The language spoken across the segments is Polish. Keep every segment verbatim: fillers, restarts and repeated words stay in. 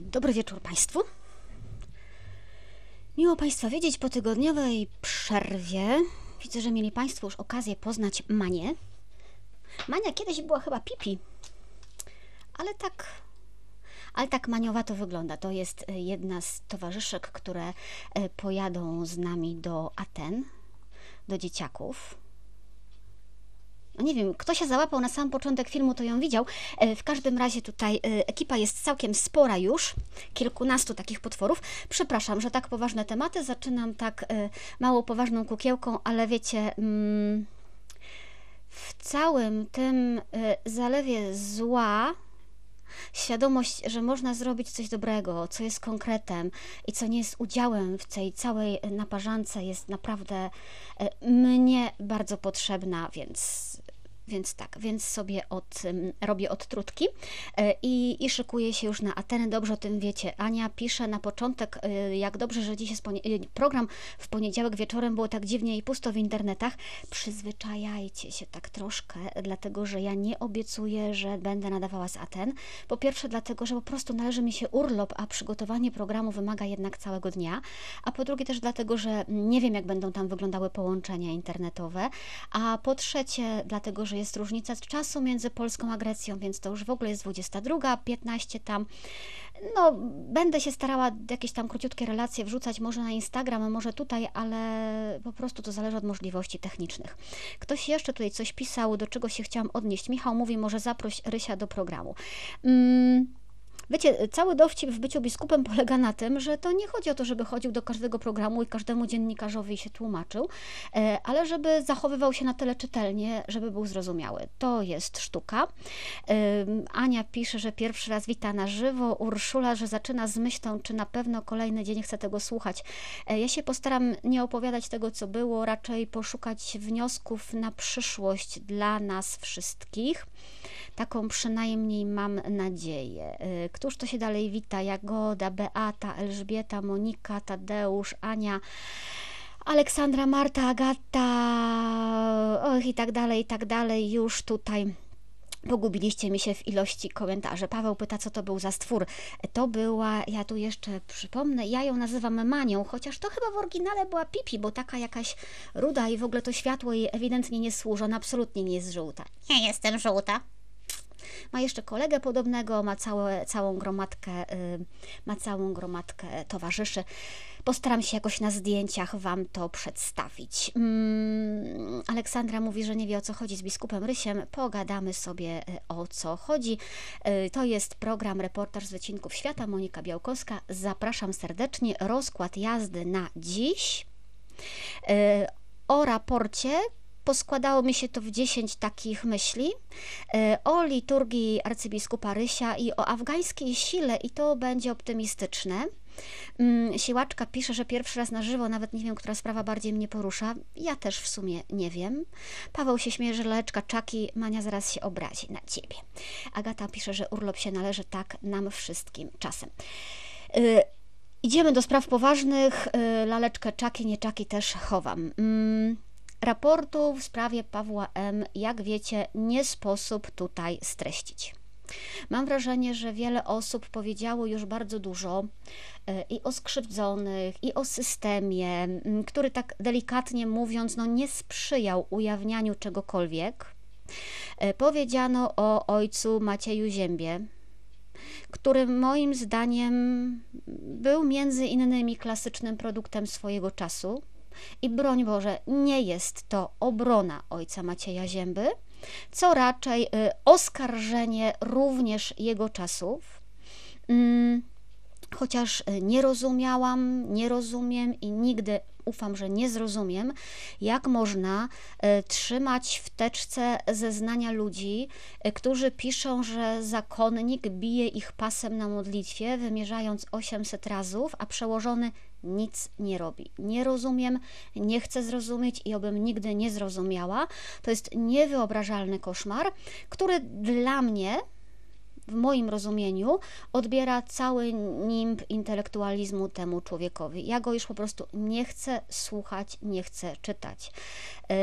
Dobry wieczór Państwu. Miło Państwa widzieć po tygodniowej przerwie. Widzę, że mieli Państwo już okazję poznać Manię. Mania kiedyś była chyba Pipi, ale tak, ale tak maniowato wygląda. To jest jedna z towarzyszek, które pojadą z nami do Aten, do dzieciaków. No nie wiem, kto się załapał na sam początek filmu, to ją widział. W każdym razie tutaj ekipa jest całkiem spora już, kilkunastu takich potworów. Przepraszam, że tak poważne tematy, zaczynam tak mało poważną kukiełką, ale wiecie, w całym tym zalewie zła świadomość, że można zrobić coś dobrego, co jest konkretem i co nie jest udziałem w tej całej naparzance, jest naprawdę mnie bardzo potrzebna, więc... Więc tak, więc sobie od, robię odtrutki i, i szykuję się już na Ateny. Dobrze o tym wiecie. Ania pisze na początek, jak dobrze, że dziś jest program w poniedziałek wieczorem, było tak dziwnie i pusto w internetach. Przyzwyczajajcie się tak troszkę, dlatego że ja nie obiecuję, że będę nadawała z Aten. Po pierwsze dlatego, że po prostu należy mi się urlop, a przygotowanie programu wymaga jednak całego dnia. A po drugie też dlatego, że nie wiem, jak będą tam wyglądały połączenia internetowe. A po trzecie dlatego, że jest różnica czasu między Polską a Grecją, więc to już w ogóle jest dwudziesta druga, piętnaście tam. No, będę się starała jakieś tam króciutkie relacje wrzucać, może na Instagram, może tutaj, ale po prostu to zależy od możliwości technicznych. Ktoś jeszcze tutaj coś pisał, do czego się chciałam odnieść. Michał mówi, może zaproś Rysia do programu. Hmm. Wiecie, cały dowcip w byciu biskupem polega na tym, że to nie chodzi o to, żeby chodził do każdego programu i każdemu dziennikarzowi się tłumaczył, ale żeby zachowywał się na tyle czytelnie, żeby był zrozumiały. To jest sztuka. Ania pisze, że pierwszy raz wita na żywo. Urszula, że zaczyna z myślą, czy na pewno kolejny dzień chce tego słuchać. Ja się postaram nie opowiadać tego, co było, raczej poszukać wniosków na przyszłość dla nas wszystkich. Taką przynajmniej mam nadzieję. Któż to się dalej wita? Jagoda, Beata, Elżbieta, Monika, Tadeusz, Ania, Aleksandra, Marta, Agata, och, i tak dalej, i tak dalej. Już tutaj pogubiliście mi się w ilości komentarzy. Paweł pyta, co to był za stwór. To była, ja tu jeszcze przypomnę, ja ją nazywam Manią, chociaż to chyba w oryginale była Pipi, bo taka jakaś ruda i w ogóle to światło jej ewidentnie nie służy, ona absolutnie nie jest żółta. Nie jestem żółta. Ma jeszcze kolegę podobnego, ma całe, całą gromadkę, yy, ma całą gromadkę towarzyszy. Postaram się jakoś na zdjęciach Wam to przedstawić. Hmm, Aleksandra mówi, że nie wie, o co chodzi z biskupem Rysiem. Pogadamy sobie, o co chodzi. Yy, to jest program Reportaż z Wycinków Świata. Monika Białkowska. Zapraszam serdecznie. Rozkład jazdy na dziś. Yy, o raporcie poskładało mi się to w dziesięć takich myśli o liturgii arcybiskupa Rysia i o afgańskiej sile, i to będzie optymistyczne. Siłaczka pisze, że pierwszy raz na żywo, nawet nie wiem, która sprawa bardziej mnie porusza. Ja też w sumie nie wiem. Paweł się śmieje, że laleczka czaki, Mania zaraz się obrazi na ciebie. Agata pisze, że urlop się należy tak nam wszystkim czasem. Yy, idziemy do spraw poważnych. Yy, laleczkę czaki, nie czaki też chowam. Yy. Raportu w sprawie Pawła M., jak wiecie, nie sposób tutaj streścić. Mam wrażenie, że wiele osób powiedziało już bardzo dużo i o skrzywdzonych, i o systemie, który tak delikatnie mówiąc, no nie sprzyjał ujawnianiu czegokolwiek. Powiedziano o ojcu Macieju Ziębie, który moim zdaniem był między innymi klasycznym produktem swojego czasu. I broń Boże, nie jest to obrona ojca Macieja Zięby, co raczej oskarżenie również jego czasów. Chociaż nie rozumiałam, nie rozumiem i nigdy ufam, że nie zrozumiem, jak można trzymać w teczce zeznania ludzi, którzy piszą, że zakonnik bije ich pasem na modlitwie, wymierzając osiemset razów, a przełożony nic nie robi. Nie rozumiem, nie chcę zrozumieć i obym nigdy nie zrozumiała. To jest niewyobrażalny koszmar, który dla mnie, w moim rozumieniu, odbiera cały nimb intelektualizmu temu człowiekowi. Ja go już po prostu nie chcę słuchać, nie chcę czytać.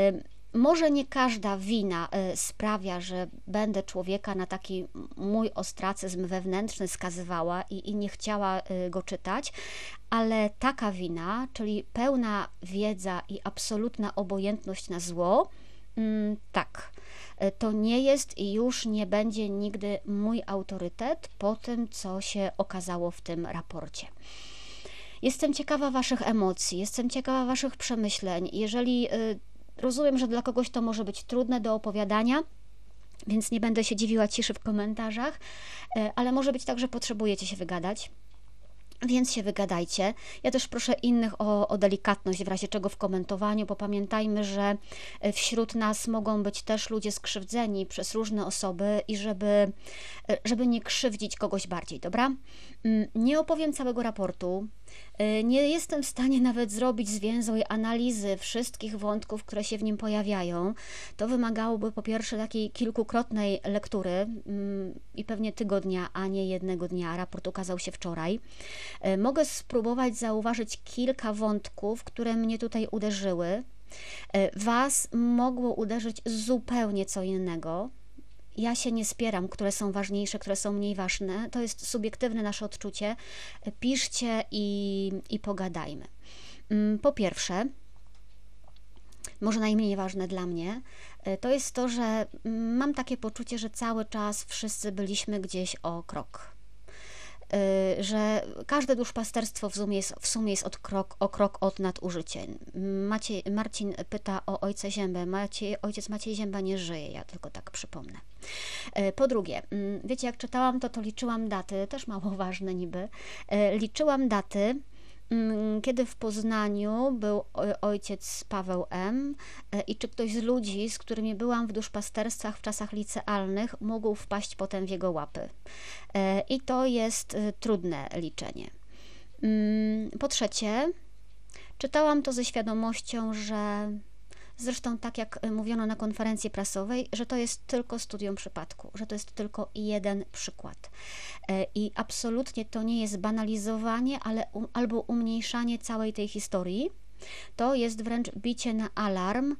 Może nie każda wina y, sprawia, że będę człowieka na taki mój ostracyzm wewnętrzny skazywała i, i nie chciała y, go czytać, ale taka wina, czyli pełna wiedza i absolutna obojętność na zło, mm, tak, y, to nie jest i już nie będzie nigdy mój autorytet po tym, co się okazało w tym raporcie. Jestem ciekawa Waszych emocji, jestem ciekawa Waszych przemyśleń. Jeżeli y, rozumiem, że dla kogoś to może być trudne do opowiadania, więc nie będę się dziwiła ciszy w komentarzach, y, ale może być tak, że potrzebujecie się wygadać. Więc się wygadajcie. Ja też proszę innych o, o delikatność w razie czego w komentowaniu, bo pamiętajmy, że wśród nas mogą być też ludzie skrzywdzeni przez różne osoby i żeby, żeby nie krzywdzić kogoś bardziej, dobra? Nie opowiem całego raportu. Nie jestem w stanie nawet zrobić zwięzłej analizy wszystkich wątków, które się w nim pojawiają. To wymagałoby po pierwsze takiej kilkukrotnej lektury i pewnie tygodnia, a nie jednego dnia. Raport ukazał się wczoraj. Mogę spróbować zauważyć kilka wątków, które mnie tutaj uderzyły. Was mogło uderzyć zupełnie co innego. Ja się nie spieram, które są ważniejsze, które są mniej ważne. To jest subiektywne nasze odczucie. Piszcie i, i pogadajmy. Po pierwsze, może najmniej ważne dla mnie, to jest to, że mam takie poczucie, że cały czas wszyscy byliśmy gdzieś o krok. Że każde duszpasterstwo w sumie jest, w sumie jest od krok, o krok od nadużyciem. Maciej, Marcin pyta o ojca Ziębę. Maciej, ojciec Maciej Zięba nie żyje, ja tylko tak przypomnę. Po drugie, wiecie, jak czytałam to, to liczyłam daty, też mało ważne niby. Liczyłam daty, kiedy w Poznaniu był ojciec Paweł M. i czy ktoś z ludzi, z którymi byłam w duszpasterstwach w czasach licealnych, mógł wpaść potem w jego łapy. I to jest trudne liczenie. Po trzecie, czytałam to ze świadomością, że zresztą tak jak mówiono na konferencji prasowej, że to jest tylko studium przypadku, że to jest tylko jeden przykład. I absolutnie to nie jest banalizowanie, ale um, albo umniejszanie całej tej historii. To jest wręcz bicie na alarm,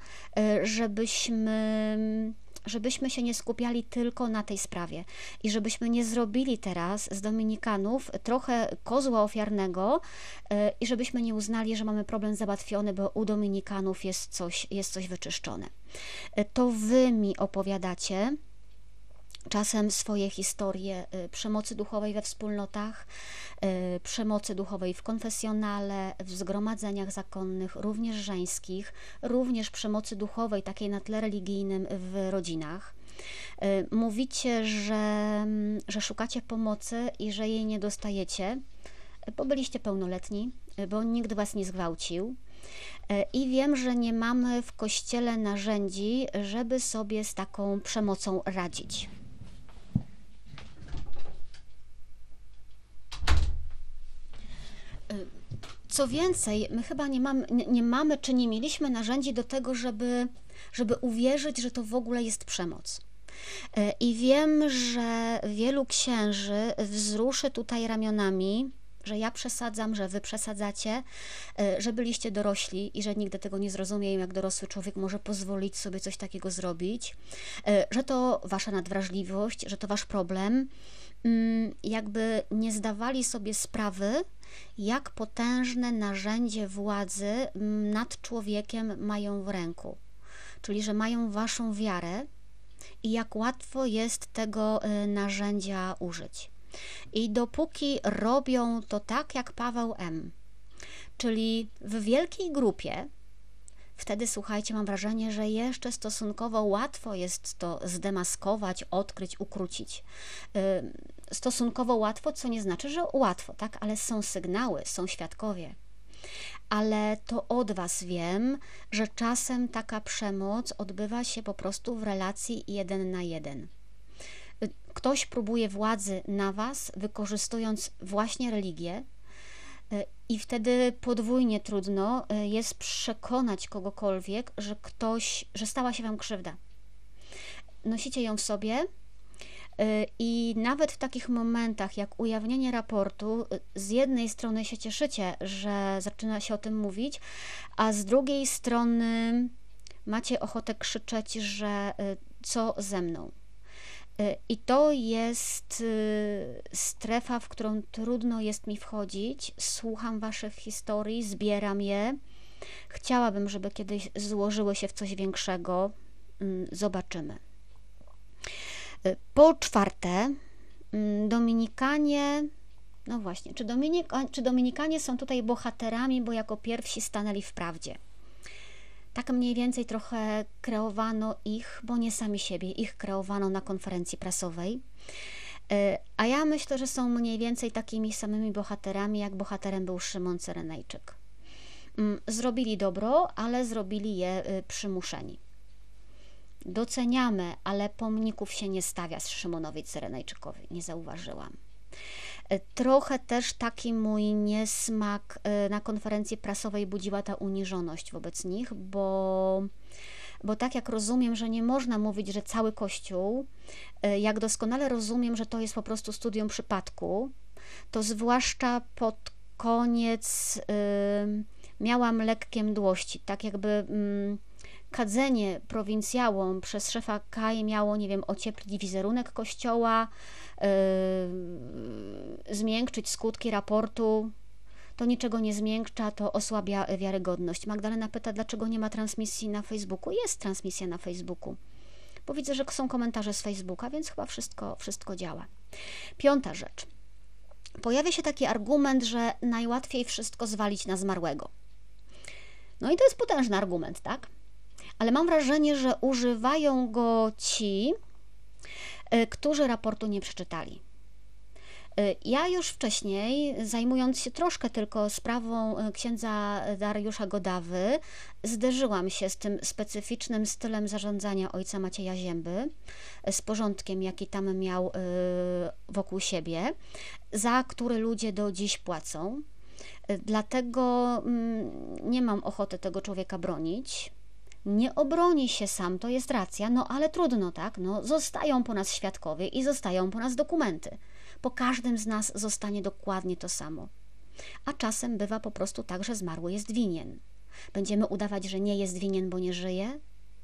żebyśmy, żebyśmy się nie skupiali tylko na tej sprawie i żebyśmy nie zrobili teraz z dominikanów trochę kozła ofiarnego i żebyśmy nie uznali, że mamy problem załatwiony, bo u dominikanów jest coś, jest coś wyczyszczone. To wy mi opowiadacie czasem swoje historie przemocy duchowej we wspólnotach, przemocy duchowej w konfesjonale, w zgromadzeniach zakonnych, również żeńskich, również przemocy duchowej takiej na tle religijnym w rodzinach. Mówicie, że, że szukacie pomocy i że jej nie dostajecie, bo byliście pełnoletni, bo nikt was nie zgwałcił. I wiem, że nie mamy w Kościele narzędzi, żeby sobie z taką przemocą radzić. Co więcej, my chyba nie mamy, nie, nie mamy czy nie mieliśmy narzędzi do tego, żeby, żeby uwierzyć, że to w ogóle jest przemoc. I wiem, że wielu księży wzruszy tutaj ramionami, że ja przesadzam, że wy przesadzacie, że byliście dorośli i że nigdy tego nie zrozumieją, jak dorosły człowiek może pozwolić sobie coś takiego zrobić, że to wasza nadwrażliwość, że to wasz problem. Jakby nie zdawali sobie sprawy, jak potężne narzędzie władzy nad człowiekiem mają w ręku. Czyli, że mają waszą wiarę i jak łatwo jest tego narzędzia użyć. I dopóki robią to tak jak Paweł M., czyli w wielkiej grupie, wtedy, słuchajcie, mam wrażenie, że jeszcze stosunkowo łatwo jest to zdemaskować, odkryć, ukrócić. Stosunkowo łatwo, co nie znaczy, że łatwo, tak? Ale są sygnały, są świadkowie. Ale to od was wiem, że czasem taka przemoc odbywa się po prostu w relacji jeden na jeden. Ktoś próbuje władzy na was, wykorzystując właśnie religię, i wtedy podwójnie trudno jest przekonać kogokolwiek, że ktoś, że stała się wam krzywda. Nosicie ją w sobie i nawet w takich momentach jak ujawnienie raportu, z jednej strony się cieszycie, że zaczyna się o tym mówić, a z drugiej strony macie ochotę krzyczeć, że y, co ze mną. Y, I to jest y, strefa, w którą trudno jest mi wchodzić. Słucham waszych historii, zbieram je. Chciałabym, żeby kiedyś złożyły się w coś większego. Y, zobaczymy. Y, po czwarte, y, Dominikanie... No właśnie, czy, Dominika, czy Dominikanie są tutaj bohaterami, bo jako pierwsi stanęli w prawdzie? Tak mniej więcej trochę kreowano ich, bo nie sami siebie, ich kreowano na konferencji prasowej. A ja myślę, że są mniej więcej takimi samymi bohaterami, jak bohaterem był Szymon Cyrenejczyk. Zrobili dobro, ale zrobili je przymuszeni. Doceniamy, ale pomników się nie stawia Szymonowi Cyrenejczykowi, nie zauważyłam. Trochę też taki mój niesmak na konferencji prasowej budziła ta uniżoność wobec nich, bo, bo tak jak rozumiem, że nie można mówić, że cały Kościół, jak doskonale rozumiem, że to jest po prostu studium przypadku, to zwłaszcza pod koniec y, miałam lekkie mdłości, tak jakby y, kadzenie prowincjałom przez szefa K A I miało, nie wiem, ocieplić wizerunek Kościoła, Yy, zmiękczyć skutki raportu. To niczego nie zmiękcza, to osłabia wiarygodność. Magdalena pyta, dlaczego nie ma transmisji na Facebooku. Jest transmisja na Facebooku, bo widzę, że są komentarze z Facebooka, więc chyba wszystko, wszystko działa. Piąta rzecz. Pojawia się taki argument, że najłatwiej wszystko zwalić na zmarłego. No i to jest potężny argument, tak? Ale mam wrażenie, że używają go ci, którzy raportu nie przeczytali. Ja już wcześniej, zajmując się troszkę tylko sprawą księdza Dariusza Godawy, zderzyłam się z tym specyficznym stylem zarządzania ojca Macieja Zięby, z porządkiem, jaki tam miał wokół siebie, za który ludzie do dziś płacą. Dlatego nie mam ochoty tego człowieka bronić. Nie obroni się sam, to jest racja, no ale trudno, tak? No, zostają po nas świadkowie i zostają po nas dokumenty. Po każdym z nas zostanie dokładnie to samo. A czasem bywa po prostu tak, że zmarły jest winien. Będziemy udawać, że nie jest winien, bo nie żyje?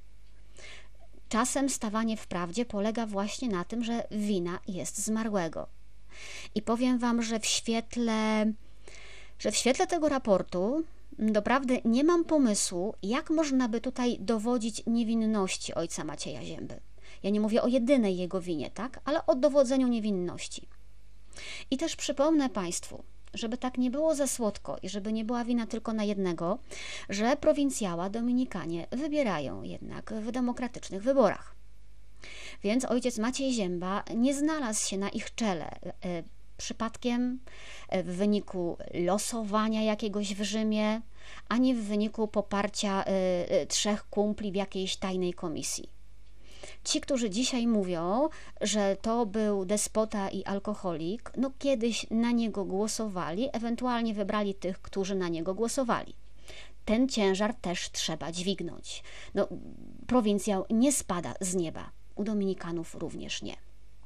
Czasem stawanie w prawdzie polega właśnie na tym, że wina jest zmarłego. I powiem wam, że w świetle, że w świetle tego raportu doprawdy nie mam pomysłu, jak można by tutaj dowodzić niewinności ojca Macieja Zięby. Ja nie mówię o jedynej jego winie, tak? Ale o dowodzeniu niewinności. I też przypomnę Państwu, żeby tak nie było za słodko i żeby nie była wina tylko na jednego, że prowincjała Dominikanie wybierają jednak w demokratycznych wyborach. Więc ojciec Maciej Zięba nie znalazł się na ich czele przypadkiem, w wyniku losowania jakiegoś w Rzymie, ani w wyniku poparcia y, trzech kumpli w jakiejś tajnej komisji. Ci, którzy dzisiaj mówią, że to był despota i alkoholik, no kiedyś na niego głosowali, ewentualnie wybrali tych, którzy na niego głosowali. Ten ciężar też trzeba dźwignąć. No, prowincjał nie spada z nieba, u Dominikanów również nie.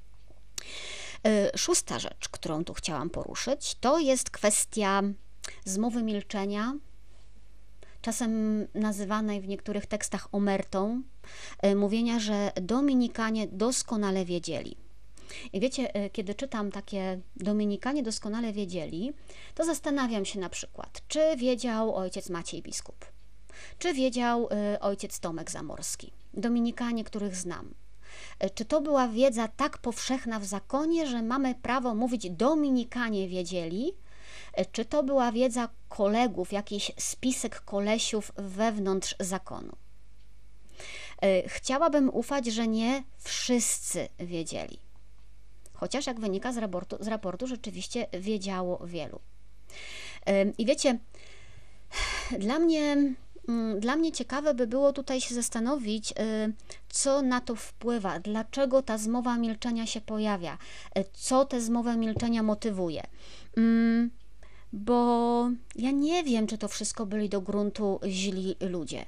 Szósta rzecz, którą tu chciałam poruszyć, to jest kwestia zmowy milczenia, czasem nazywanej w niektórych tekstach omertą, mówienia, że Dominikanie doskonale wiedzieli. I wiecie, kiedy czytam takie Dominikanie doskonale wiedzieli, to zastanawiam się na przykład, czy wiedział ojciec Maciej biskup, czy wiedział ojciec Tomek Zamorski, Dominikanie, których znam. Czy to była wiedza tak powszechna w zakonie, że mamy prawo mówić Dominikanie wiedzieli? Czy to była wiedza kolegów, jakiś spisek kolesiów wewnątrz zakonu? Chciałabym ufać, że nie wszyscy wiedzieli. Chociaż jak wynika z raportu, z raportu rzeczywiście wiedziało wielu. I wiecie, dla mnie... Dla mnie ciekawe by było tutaj się zastanowić, co na to wpływa, dlaczego ta zmowa milczenia się pojawia, co tę zmowę milczenia motywuje. Bo ja nie wiem, czy to wszystko byli do gruntu źli ludzie.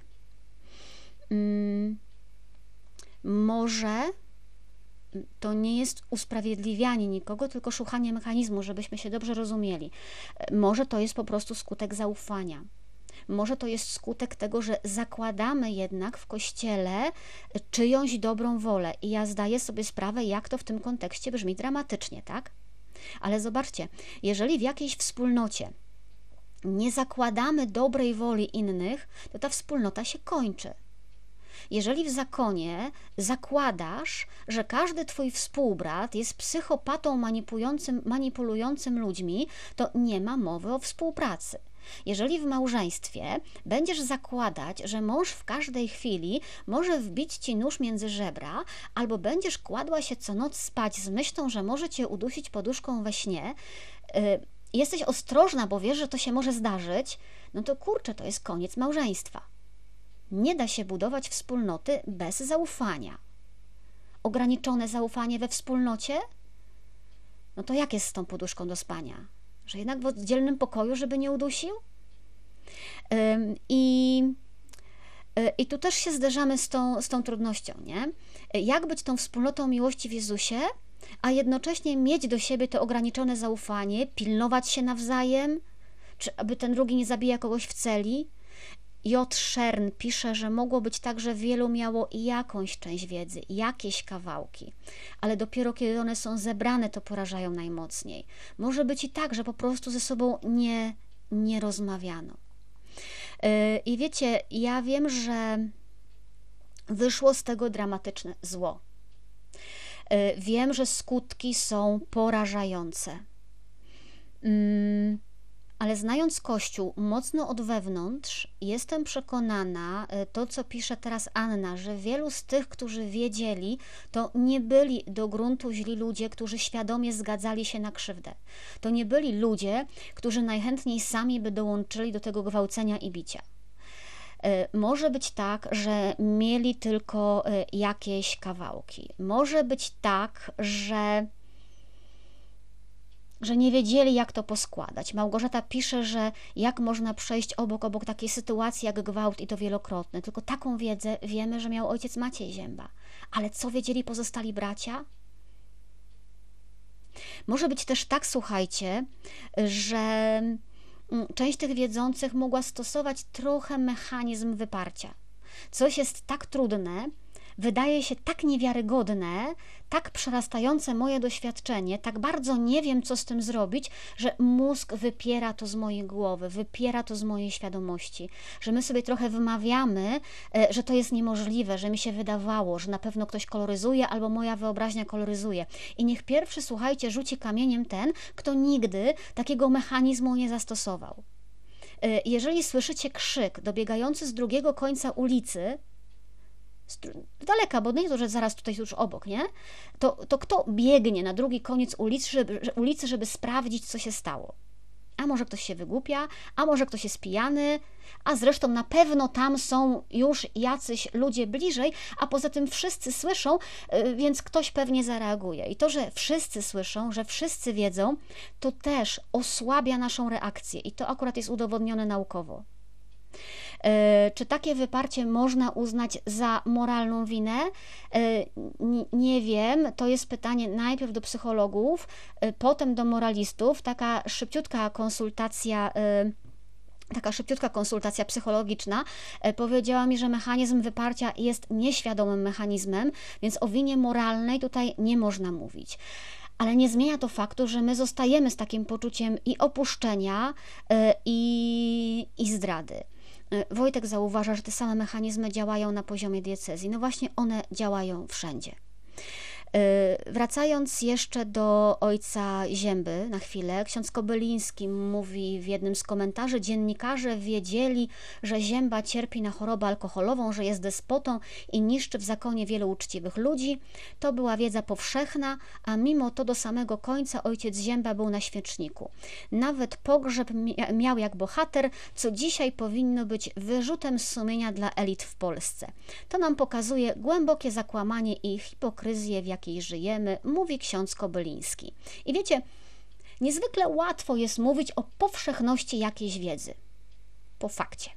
Może to nie jest usprawiedliwianie nikogo, tylko szukanie mechanizmu, żebyśmy się dobrze rozumieli. Może to jest po prostu skutek zaufania. Może to jest skutek tego, że zakładamy jednak w Kościele czyjąś dobrą wolę. I ja zdaję sobie sprawę, jak to w tym kontekście brzmi dramatycznie, tak? Ale zobaczcie, jeżeli w jakiejś wspólnocie nie zakładamy dobrej woli innych, to ta wspólnota się kończy. Jeżeli w zakonie zakładasz, że każdy twój współbrat jest psychopatą manipulującym, manipulującym ludźmi, to nie ma mowy o współpracy. Jeżeli w małżeństwie będziesz zakładać, że mąż w każdej chwili może wbić ci nóż między żebra, albo będziesz kładła się co noc spać z myślą, że może cię udusić poduszką we śnie, yy, jesteś ostrożna, bo wiesz, że to się może zdarzyć, no to kurczę, to jest koniec małżeństwa. Nie da się budować wspólnoty bez zaufania. Ograniczone zaufanie we wspólnocie? No to jak jest z tą poduszką do spania? Że jednak w oddzielnym pokoju, żeby nie udusił? I, i tu też się zderzamy z tą, z tą trudnością, nie? Jak być tą wspólnotą miłości w Jezusie, a jednocześnie mieć do siebie to ograniczone zaufanie, pilnować się nawzajem, czy aby ten drugi nie zabija kogoś w celi? J. Szern pisze, że mogło być tak, że wielu miało jakąś część wiedzy, jakieś kawałki, ale dopiero kiedy one są zebrane, to porażają najmocniej. Może być i tak, że po prostu ze sobą nie, nie rozmawiano. I wiecie, ja wiem, że wyszło z tego dramatyczne zło. Wiem, że skutki są porażające. Ale znając Kościół mocno od wewnątrz, jestem przekonana, to co pisze teraz Anna, że wielu z tych, którzy wiedzieli, to nie byli do gruntu źli ludzie, którzy świadomie zgadzali się na krzywdę. To nie byli ludzie, którzy najchętniej sami by dołączyli do tego gwałcenia i bicia. Może być tak, że mieli tylko jakieś kawałki. Może być tak, że że nie wiedzieli, jak to poskładać. Małgorzata pisze, że jak można przejść obok, obok takiej sytuacji jak gwałt i to wielokrotny. Tylko taką wiedzę wiemy, że miał ojciec Maciej Zięba. Ale co wiedzieli pozostali bracia? Może być też tak, słuchajcie, że część tych wiedzących mogła stosować trochę mechanizm wyparcia. Coś jest tak trudne, wydaje się tak niewiarygodne, tak przerastające moje doświadczenie, tak bardzo nie wiem, co z tym zrobić, że mózg wypiera to z mojej głowy, wypiera to z mojej świadomości, że my sobie trochę wymawiamy, że to jest niemożliwe, że mi się wydawało, że na pewno ktoś koloryzuje albo moja wyobraźnia koloryzuje. I niech pierwszy, słuchajcie, rzuci kamieniem ten, kto nigdy takiego mechanizmu nie zastosował. Jeżeli słyszycie krzyk dobiegający z drugiego końca ulicy, z daleka, bo nie to, że zaraz tutaj już obok, nie? To, to kto biegnie na drugi koniec ulicy żeby, ulicy, żeby sprawdzić, co się stało? A może ktoś się wygłupia, a może ktoś jest pijany, a zresztą na pewno tam są już jacyś ludzie bliżej, a poza tym wszyscy słyszą, więc ktoś pewnie zareaguje. I to, że wszyscy słyszą, że wszyscy wiedzą, to też osłabia naszą reakcję i to akurat jest udowodnione naukowo. Czy takie wyparcie można uznać za moralną winę? Nie wiem, to jest pytanie najpierw do psychologów, potem do moralistów. Taka szybciutka konsultacja Taka szybciutka konsultacja psychologiczna powiedziała mi, że mechanizm wyparcia jest nieświadomym mechanizmem, więc o winie moralnej tutaj nie można mówić. Ale nie zmienia to faktu, że my zostajemy z takim poczuciem i opuszczenia, i, i zdrady. Wojtek zauważa, że te same mechanizmy działają na poziomie diecezji. No właśnie one działają wszędzie. Wracając jeszcze do ojca Zięby na chwilę, ksiądz Kobyliński mówi w jednym z komentarzy: dziennikarze wiedzieli, że Zięba cierpi na chorobę alkoholową, że jest despotą i niszczy w zakonie wielu uczciwych ludzi. To była wiedza powszechna, a mimo to do samego końca ojciec Zięba był na świeczniku. Nawet pogrzeb miał jak bohater, co dzisiaj powinno być wyrzutem sumienia dla elit w Polsce. To nam pokazuje głębokie zakłamanie i hipokryzję, w jakiej żyjemy, mówi ksiądz Kobyliński. I wiecie, niezwykle łatwo jest mówić o powszechności jakiejś wiedzy. Po fakcie.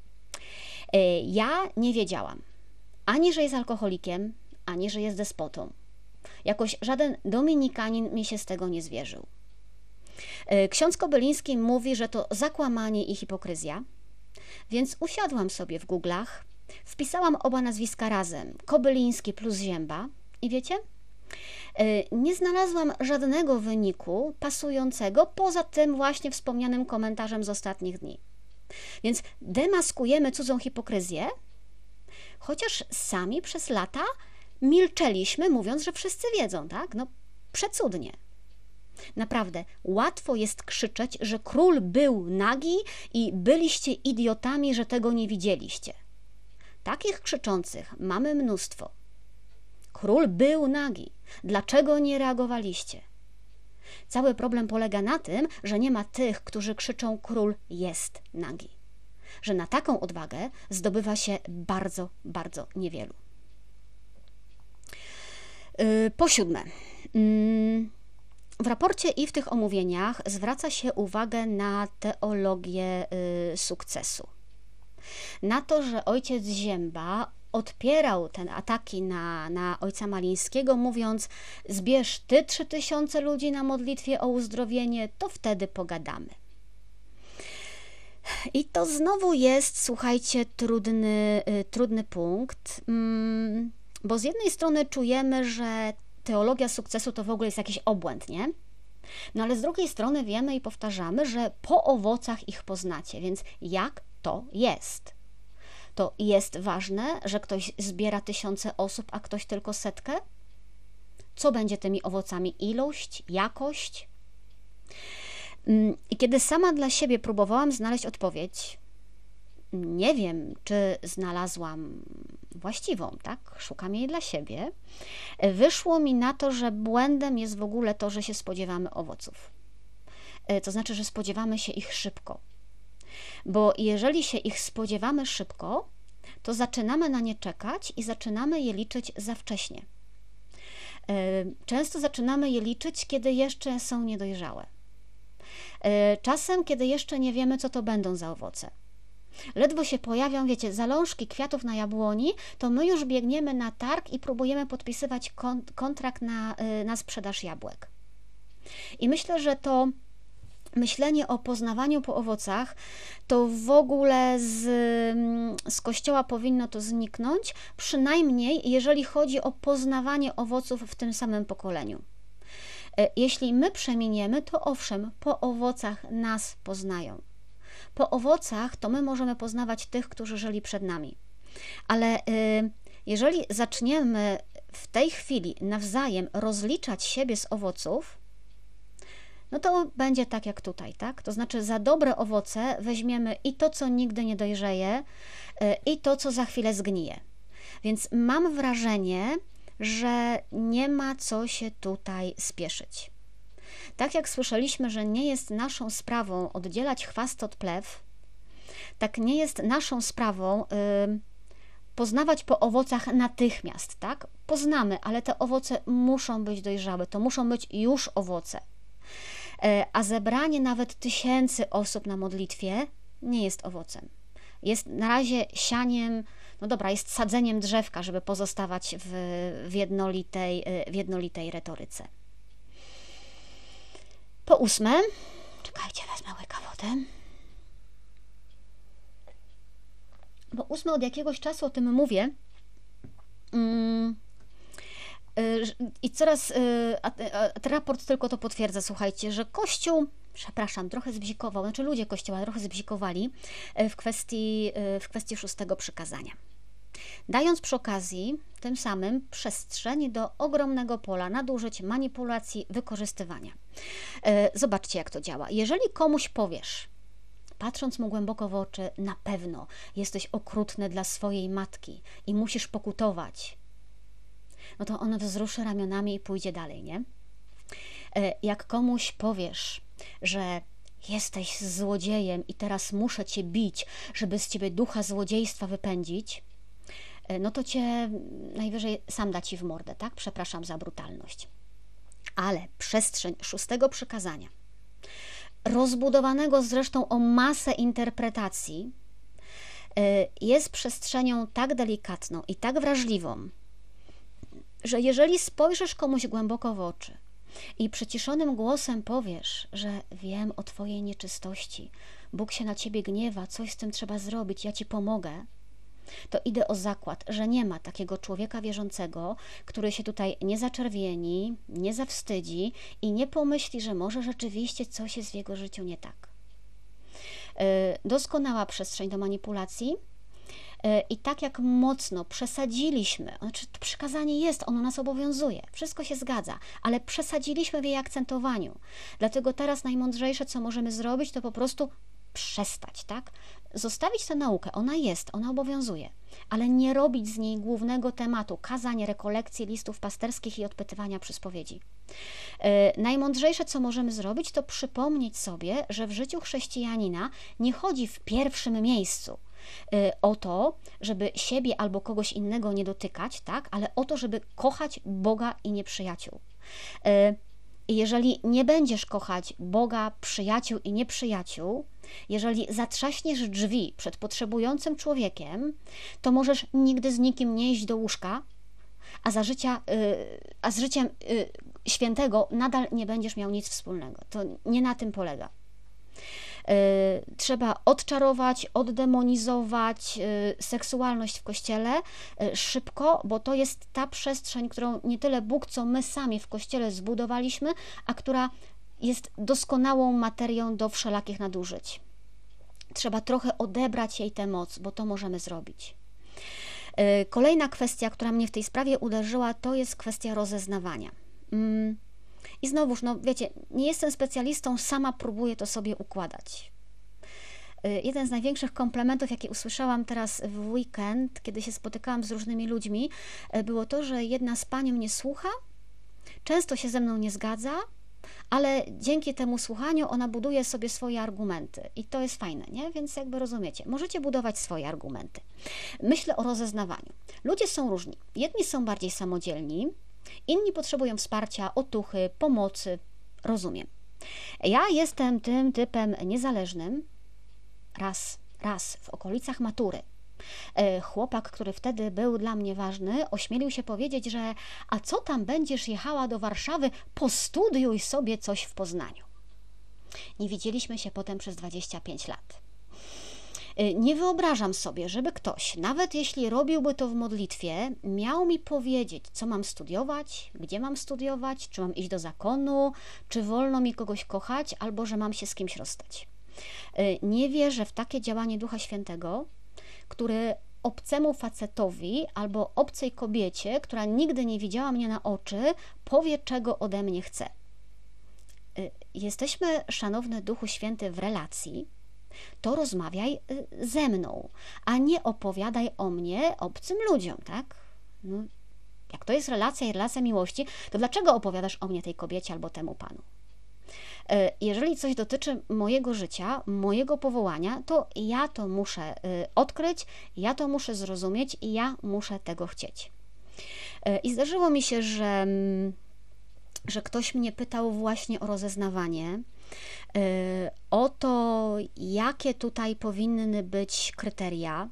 Ja nie wiedziałam ani, że jest alkoholikiem, ani, że jest despotą. Jakoś żaden dominikanin mi się z tego nie zwierzył. Ksiądz Kobyliński mówi, że to zakłamanie i hipokryzja. Więc usiadłam sobie w Google'ach, wpisałam oba nazwiska razem, Kobyliński plus Zięba i wiecie? Nie znalazłam żadnego wyniku pasującego poza tym właśnie wspomnianym komentarzem z ostatnich dni. Więc demaskujemy cudzą hipokryzję, chociaż sami przez lata milczeliśmy, mówiąc, że wszyscy wiedzą, tak? No, przecudnie. Naprawdę, łatwo jest krzyczeć, że król był nagi i byliście idiotami, że tego nie widzieliście. Takich krzyczących mamy mnóstwo. Król był nagi. Dlaczego nie reagowaliście? Cały problem polega na tym, że nie ma tych, którzy krzyczą: król jest nagi. Że na taką odwagę zdobywa się bardzo, bardzo niewielu. Yy, po siódme. Yy, w raporcie i w tych omówieniach zwraca się uwagę na teologię yy, sukcesu. Na to, że ojciec Zięba odpierał te ataki na, na ojca Malińskiego, mówiąc: zbierz ty trzy tysiące ludzi na modlitwie o uzdrowienie, to wtedy pogadamy. I to znowu jest, słuchajcie, trudny, trudny punkt, bo z jednej strony czujemy, że teologia sukcesu to w ogóle jest jakiś obłęd, nie? No ale z drugiej strony wiemy i powtarzamy, że po owocach ich poznacie, więc jak to jest? To jest ważne, że ktoś zbiera tysiące osób, a ktoś tylko setkę? Co będzie tymi owocami? Ilość? Jakość? I kiedy sama dla siebie próbowałam znaleźć odpowiedź, nie wiem, czy znalazłam właściwą, tak? Szukam jej dla siebie. Wyszło mi na to, że błędem jest w ogóle to, że się spodziewamy owoców. To znaczy, że spodziewamy się ich szybko. Bo jeżeli się ich spodziewamy szybko, to zaczynamy na nie czekać i zaczynamy je liczyć za wcześnie. Często zaczynamy je liczyć, kiedy jeszcze są niedojrzałe. Czasem, kiedy jeszcze nie wiemy, co to będą za owoce. Ledwo się pojawią, wiecie, zalążki kwiatów na jabłoni, to my już biegniemy na targ i próbujemy podpisywać kontrakt na, na sprzedaż jabłek. I myślę, że to myślenie o poznawaniu po owocach, to w ogóle z, z Kościoła powinno to zniknąć, przynajmniej jeżeli chodzi o poznawanie owoców w tym samym pokoleniu. Jeśli my przeminiemy, to owszem, po owocach nas poznają. Po owocach to my możemy poznawać tych, którzy żyli przed nami. Ale y, jeżeli zaczniemy w tej chwili nawzajem rozliczać siebie z owoców, no to będzie tak jak tutaj, tak? To znaczy za dobre owoce weźmiemy i to, co nigdy nie dojrzeje, y, i to, co za chwilę zgnije. Więc mam wrażenie, że nie ma co się tutaj spieszyć. Tak jak słyszeliśmy, że nie jest naszą sprawą oddzielać chwast od plew, tak nie jest naszą sprawą y, poznawać po owocach natychmiast, tak? Poznamy, ale te owoce muszą być dojrzałe, to muszą być już owoce. Y, a zebranie nawet tysięcy osób na modlitwie nie jest owocem. Jest na razie sianiem, no dobra, jest sadzeniem drzewka, żeby pozostawać w, w, jednolitej, w jednolitej retoryce. Po ósme, czekajcie, wezmę łyka wody. Po ósme, od jakiegoś czasu o tym mówię mm, y, i coraz, y, a, a, ten raport tylko to potwierdza, słuchajcie, że Kościół, przepraszam, trochę zbzikował, znaczy ludzie Kościoła trochę zbzikowali w kwestii, w kwestii szóstego przykazania. Dając przy okazji tym samym przestrzeń do ogromnego pola nadużyć, manipulacji, wykorzystywania. Zobaczcie, jak to działa. Jeżeli komuś powiesz, patrząc mu głęboko w oczy, na pewno jesteś okrutny dla swojej matki i musisz pokutować, no to on wzruszy ramionami i pójdzie dalej, nie? Jak komuś powiesz, że jesteś złodziejem i teraz muszę cię bić, żeby z ciebie ducha złodziejstwa wypędzić, no to cię najwyżej sam da ci w mordę, tak? Przepraszam za brutalność. Ale przestrzeń szóstego przykazania, rozbudowanego zresztą o masę interpretacji, jest przestrzenią tak delikatną i tak wrażliwą, że jeżeli spojrzysz komuś głęboko w oczy i przyciszonym głosem powiesz, że wiem o twojej nieczystości, Bóg się na ciebie gniewa, coś z tym trzeba zrobić, ja ci pomogę, to idę o zakład, że nie ma takiego człowieka wierzącego, który się tutaj nie zaczerwieni, nie zawstydzi i nie pomyśli, że może rzeczywiście coś jest w jego życiu nie tak. Doskonała przestrzeń do manipulacji. I tak jak mocno przesadziliśmy, znaczy to przykazanie jest, ono nas obowiązuje, wszystko się zgadza, ale przesadziliśmy w jej akcentowaniu. Dlatego teraz najmądrzejsze, co możemy zrobić, to po prostu przestać, tak? Zostawić tę naukę, ona jest, ona obowiązuje, ale nie robić z niej głównego tematu kazań, rekolekcji, listów pasterskich i odpytywania przy spowiedzi. Yy, najmądrzejsze, co możemy zrobić, to przypomnieć sobie, że w życiu chrześcijanina nie chodzi w pierwszym miejscu yy, o to, żeby siebie albo kogoś innego nie dotykać, tak? Ale o to, żeby kochać Boga i nieprzyjaciół. Yy, I jeżeli nie będziesz kochać Boga, przyjaciół i nieprzyjaciół, jeżeli zatrzaśniesz drzwi przed potrzebującym człowiekiem, to możesz nigdy z nikim nie iść do łóżka, a, za życia, yy, a z życiem yy, świętego nadal nie będziesz miał nic wspólnego. To nie na tym polega. Yy, trzeba odczarować, oddemonizować yy, seksualność w Kościele yy, szybko, bo to jest ta przestrzeń, którą nie tyle Bóg, co my sami w Kościele zbudowaliśmy, a która jest doskonałą materią do wszelakich nadużyć. Trzeba trochę odebrać jej tę moc, bo to możemy zrobić. Yy, kolejna kwestia, która mnie w tej sprawie uderzyła, to jest kwestia rozeznawania. Yy. I znowuż, no wiecie, nie jestem specjalistą, sama próbuję to sobie układać. Jeden z największych komplementów, jaki usłyszałam teraz w weekend, kiedy się spotykałam z różnymi ludźmi, było to, że jedna z pań mnie słucha, często się ze mną nie zgadza, ale dzięki temu słuchaniu ona buduje sobie swoje argumenty i to jest fajne, nie? Więc jakby rozumiecie, możecie budować swoje argumenty. Myślę o rozeznawaniu. Ludzie są różni. Jedni są bardziej samodzielni, inni potrzebują wsparcia, otuchy, pomocy. Rozumiem. Ja jestem tym typem niezależnym. Raz, raz w okolicach matury chłopak, który wtedy był dla mnie ważny, ośmielił się powiedzieć, że a co tam będziesz jechała do Warszawy, postudiuj sobie coś w Poznaniu. Nie widzieliśmy się potem przez dwadzieścia pięć lat. Nie wyobrażam sobie, żeby ktoś, nawet jeśli robiłby to w modlitwie, miał mi powiedzieć, co mam studiować, gdzie mam studiować, czy mam iść do zakonu, czy wolno mi kogoś kochać, albo że mam się z kimś rozstać. Nie wierzę w takie działanie Ducha Świętego, który obcemu facetowi albo obcej kobiecie, która nigdy nie widziała mnie na oczy, powie, czego ode mnie chce. Jesteśmy, szanowny Duchu Święty, w relacji, to rozmawiaj ze mną, a nie opowiadaj o mnie obcym ludziom, tak? No, jak to jest relacja i relacja miłości, to dlaczego opowiadasz o mnie tej kobiecie albo temu panu? Jeżeli coś dotyczy mojego życia, mojego powołania, to ja to muszę odkryć, ja to muszę zrozumieć i ja muszę tego chcieć. I zdarzyło mi się, że, że ktoś mnie pytał właśnie o rozeznawanie, o to, jakie tutaj powinny być kryteria.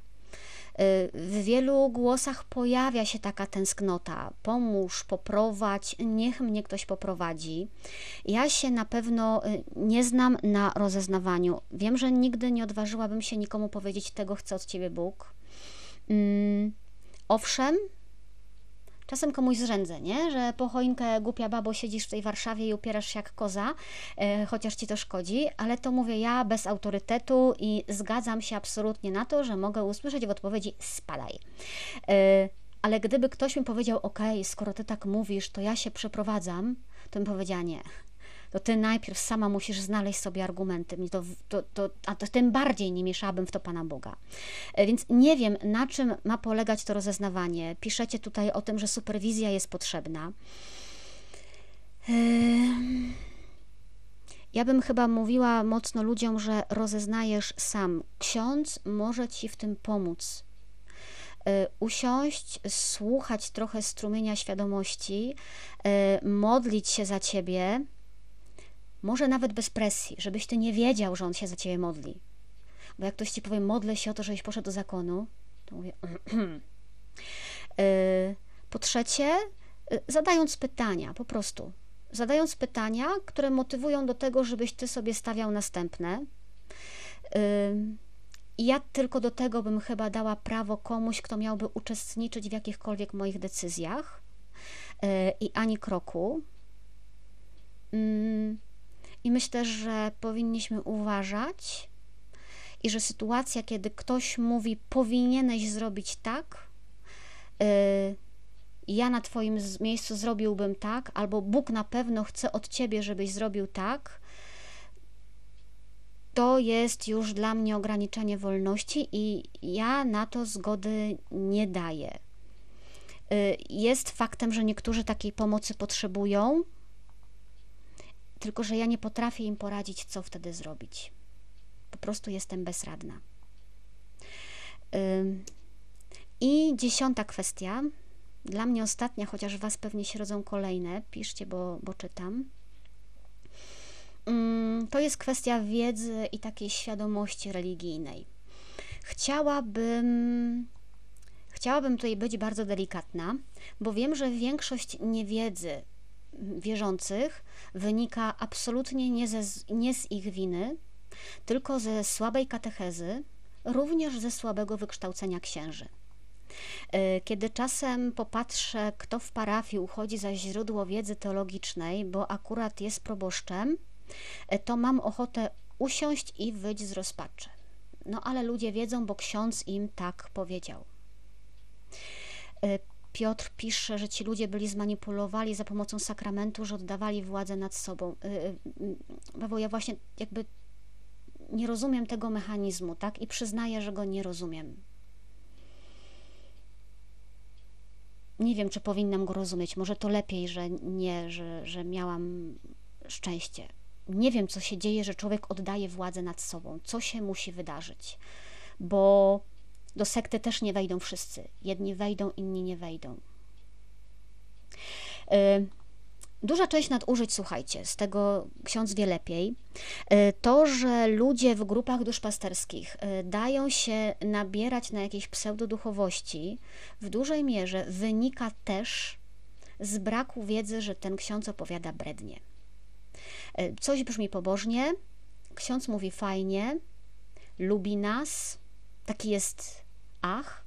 W wielu głosach pojawia się taka tęsknota. Pomóż, poprowadź, niech mnie ktoś poprowadzi. Ja się na pewno nie znam na rozeznawaniu. Wiem, że nigdy nie odważyłabym się nikomu powiedzieć, tego chce od Ciebie Bóg. Mm, owszem, czasem komuś zrzędzę, nie? Że po choinkę, głupia babo, siedzisz w tej Warszawie i upierasz się jak koza, e, chociaż ci to szkodzi, ale to mówię ja bez autorytetu i zgadzam się absolutnie na to, że mogę usłyszeć w odpowiedzi spadaj. E, ale gdyby ktoś mi powiedział, ok, skoro ty tak mówisz, to ja się przeprowadzam, to bym powiedziała nie. To ty najpierw sama musisz znaleźć sobie argumenty, to, to, to, a to tym bardziej nie mieszałabym w to Pana Boga. Więc nie wiem, na czym ma polegać to rozeznawanie. Piszecie tutaj o tym, że superwizja jest potrzebna. Ja bym chyba mówiła mocno ludziom, że rozeznajesz sam. Ksiądz może Ci w tym pomóc. Usiąść, słuchać trochę strumienia świadomości, modlić się za Ciebie, może nawet bez presji, żebyś Ty nie wiedział, że On się za Ciebie modli. Bo jak ktoś Ci powie, modlę się o to, żebyś poszedł do zakonu, to mówię... Po trzecie, zadając pytania, po prostu. zadając pytania, które motywują do tego, żebyś ty sobie stawiał następne. I ja tylko do tego bym chyba dała prawo komuś, kto miałby uczestniczyć w jakichkolwiek moich decyzjach i ani kroku. I myślę, że powinniśmy uważać i że sytuacja, kiedy ktoś mówi, powinieneś zrobić tak, ja na twoim miejscu zrobiłbym tak, albo Bóg na pewno chce od ciebie, żebyś zrobił tak, to jest już dla mnie ograniczenie wolności i ja na to zgody nie daję. Jest faktem, że niektórzy takiej pomocy potrzebują, tylko że ja nie potrafię im poradzić, co wtedy zrobić. Po prostu jestem bezradna. I dziesiąta kwestia, dla mnie ostatnia, chociaż was pewnie się rodzą kolejne, piszcie, bo, bo czytam. To jest kwestia wiedzy i takiej świadomości religijnej. Chciałabym, chciałabym tutaj być bardzo delikatna, bo wiem, że większość niewiedzy wierzących wynika absolutnie nie, ze, nie z ich winy, tylko ze słabej katechezy, również ze słabego wykształcenia księży. Kiedy czasem popatrzę, kto w parafii uchodzi za źródło wiedzy teologicznej, bo akurat jest proboszczem, to mam ochotę usiąść i wyć z rozpaczy. No ale ludzie wiedzą, bo ksiądz im tak powiedział. Piotr pisze, że ci ludzie byli zmanipulowani za pomocą sakramentu, że oddawali władzę nad sobą. Bo ja właśnie jakby nie rozumiem tego mechanizmu, tak? I przyznaję, że go nie rozumiem. Nie wiem, czy powinnam go rozumieć. Może to lepiej, że nie, że, że miałam szczęście. Nie wiem, co się dzieje, że człowiek oddaje władzę nad sobą. Co się musi wydarzyć? Bo do sekty też nie wejdą wszyscy. Jedni wejdą, inni nie wejdą. Duża część nadużyć, słuchajcie, z tego ksiądz wie lepiej, to, że ludzie w grupach duszpasterskich dają się nabierać na jakiejś pseudoduchowości, w dużej mierze wynika też z braku wiedzy, że ten ksiądz opowiada brednie. Coś brzmi pobożnie, ksiądz mówi fajnie, lubi nas, taki jest ach,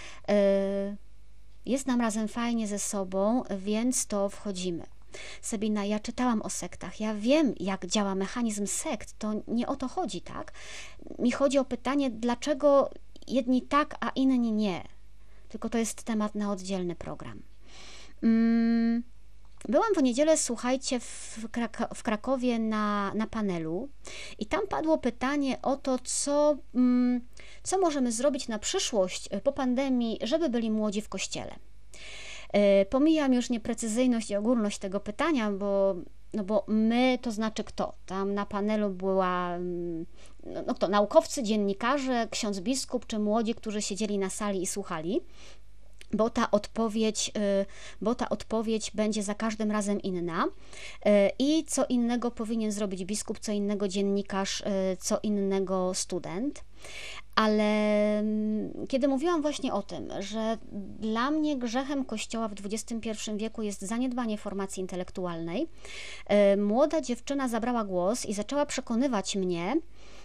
jest nam razem fajnie ze sobą, więc to wchodzimy. Sabina, ja czytałam o sektach, ja wiem, jak działa mechanizm sekt, to nie o to chodzi, tak? Mi chodzi o pytanie, dlaczego jedni tak, a inni nie. Tylko to jest temat na oddzielny program. Byłam w niedzielę, słuchajcie, w, Krak- w Krakowie na, na panelu i tam padło pytanie o to, co, co możemy zrobić na przyszłość po pandemii, żeby byli młodzi w kościele. Pomijam już nieprecyzyjność i ogólność tego pytania, bo, no bo my, to znaczy kto? Tam na panelu była, no kto? Naukowcy, dziennikarze, ksiądz biskup czy młodzi, którzy siedzieli na sali i słuchali, bo ta odpowiedź, bo ta odpowiedź będzie za każdym razem inna i co innego powinien zrobić biskup, co innego dziennikarz, co innego student. Ale kiedy mówiłam właśnie o tym, że dla mnie grzechem Kościoła w dwudziestym pierwszym wieku jest zaniedbanie formacji intelektualnej, młoda dziewczyna zabrała głos i zaczęła przekonywać mnie,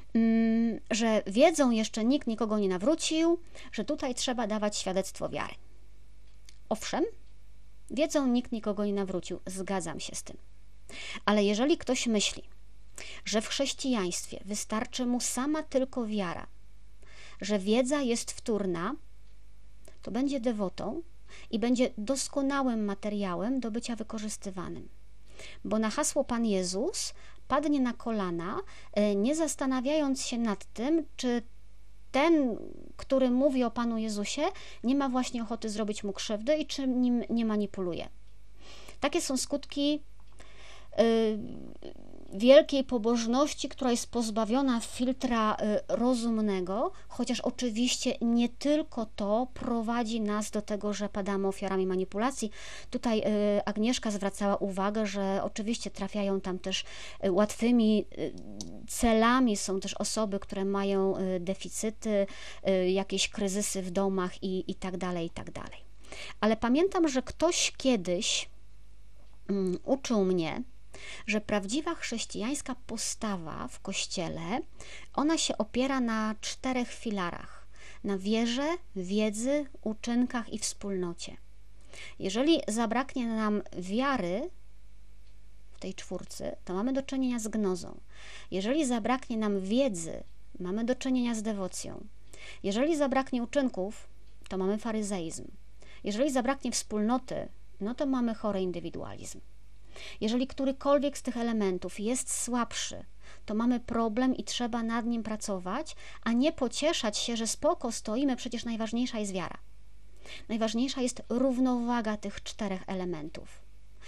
że wiedzą jeszcze nikt nikogo nie nawrócił, że tutaj trzeba dawać świadectwo wiary. Owszem, wiedzą nikt nikogo nie nawrócił, zgadzam się z tym. Ale jeżeli ktoś myśli, że w chrześcijaństwie wystarczy mu sama tylko wiara, że wiedza jest wtórna, to będzie dewotą i będzie doskonałym materiałem do bycia wykorzystywanym. Bo na hasło Pan Jezus padnie na kolana, nie zastanawiając się nad tym, czy ten, który mówi o Panu Jezusie, nie ma właśnie ochoty zrobić mu krzywdy i czy nim nie manipuluje. Takie są skutki y, wielkiej pobożności, która jest pozbawiona filtra y, rozumnego, chociaż oczywiście nie tylko to prowadzi nas do tego, że padamy ofiarami manipulacji. Tutaj y, Agnieszka zwracała uwagę, że oczywiście trafiają tam też y, łatwymi y, celami, są też osoby, które mają y, deficyty, y, jakieś kryzysy w domach i, i tak dalej, i tak dalej. Ale pamiętam, że ktoś kiedyś um, uczył mnie, że prawdziwa chrześcijańska postawa w Kościele, ona się opiera na czterech filarach. Na wierze, wiedzy, uczynkach i wspólnocie. Jeżeli zabraknie nam wiary w tej czwórce, to mamy do czynienia z gnozą. Jeżeli zabraknie nam wiedzy, mamy do czynienia z dewocją. Jeżeli zabraknie uczynków, to mamy faryzeizm. Jeżeli zabraknie wspólnoty, no to mamy chory indywidualizm. Jeżeli którykolwiek z tych elementów jest słabszy, to mamy problem i trzeba nad nim pracować, a nie pocieszać się, że spoko stoimy, przecież najważniejsza jest wiara. Najważniejsza jest równowaga tych czterech elementów.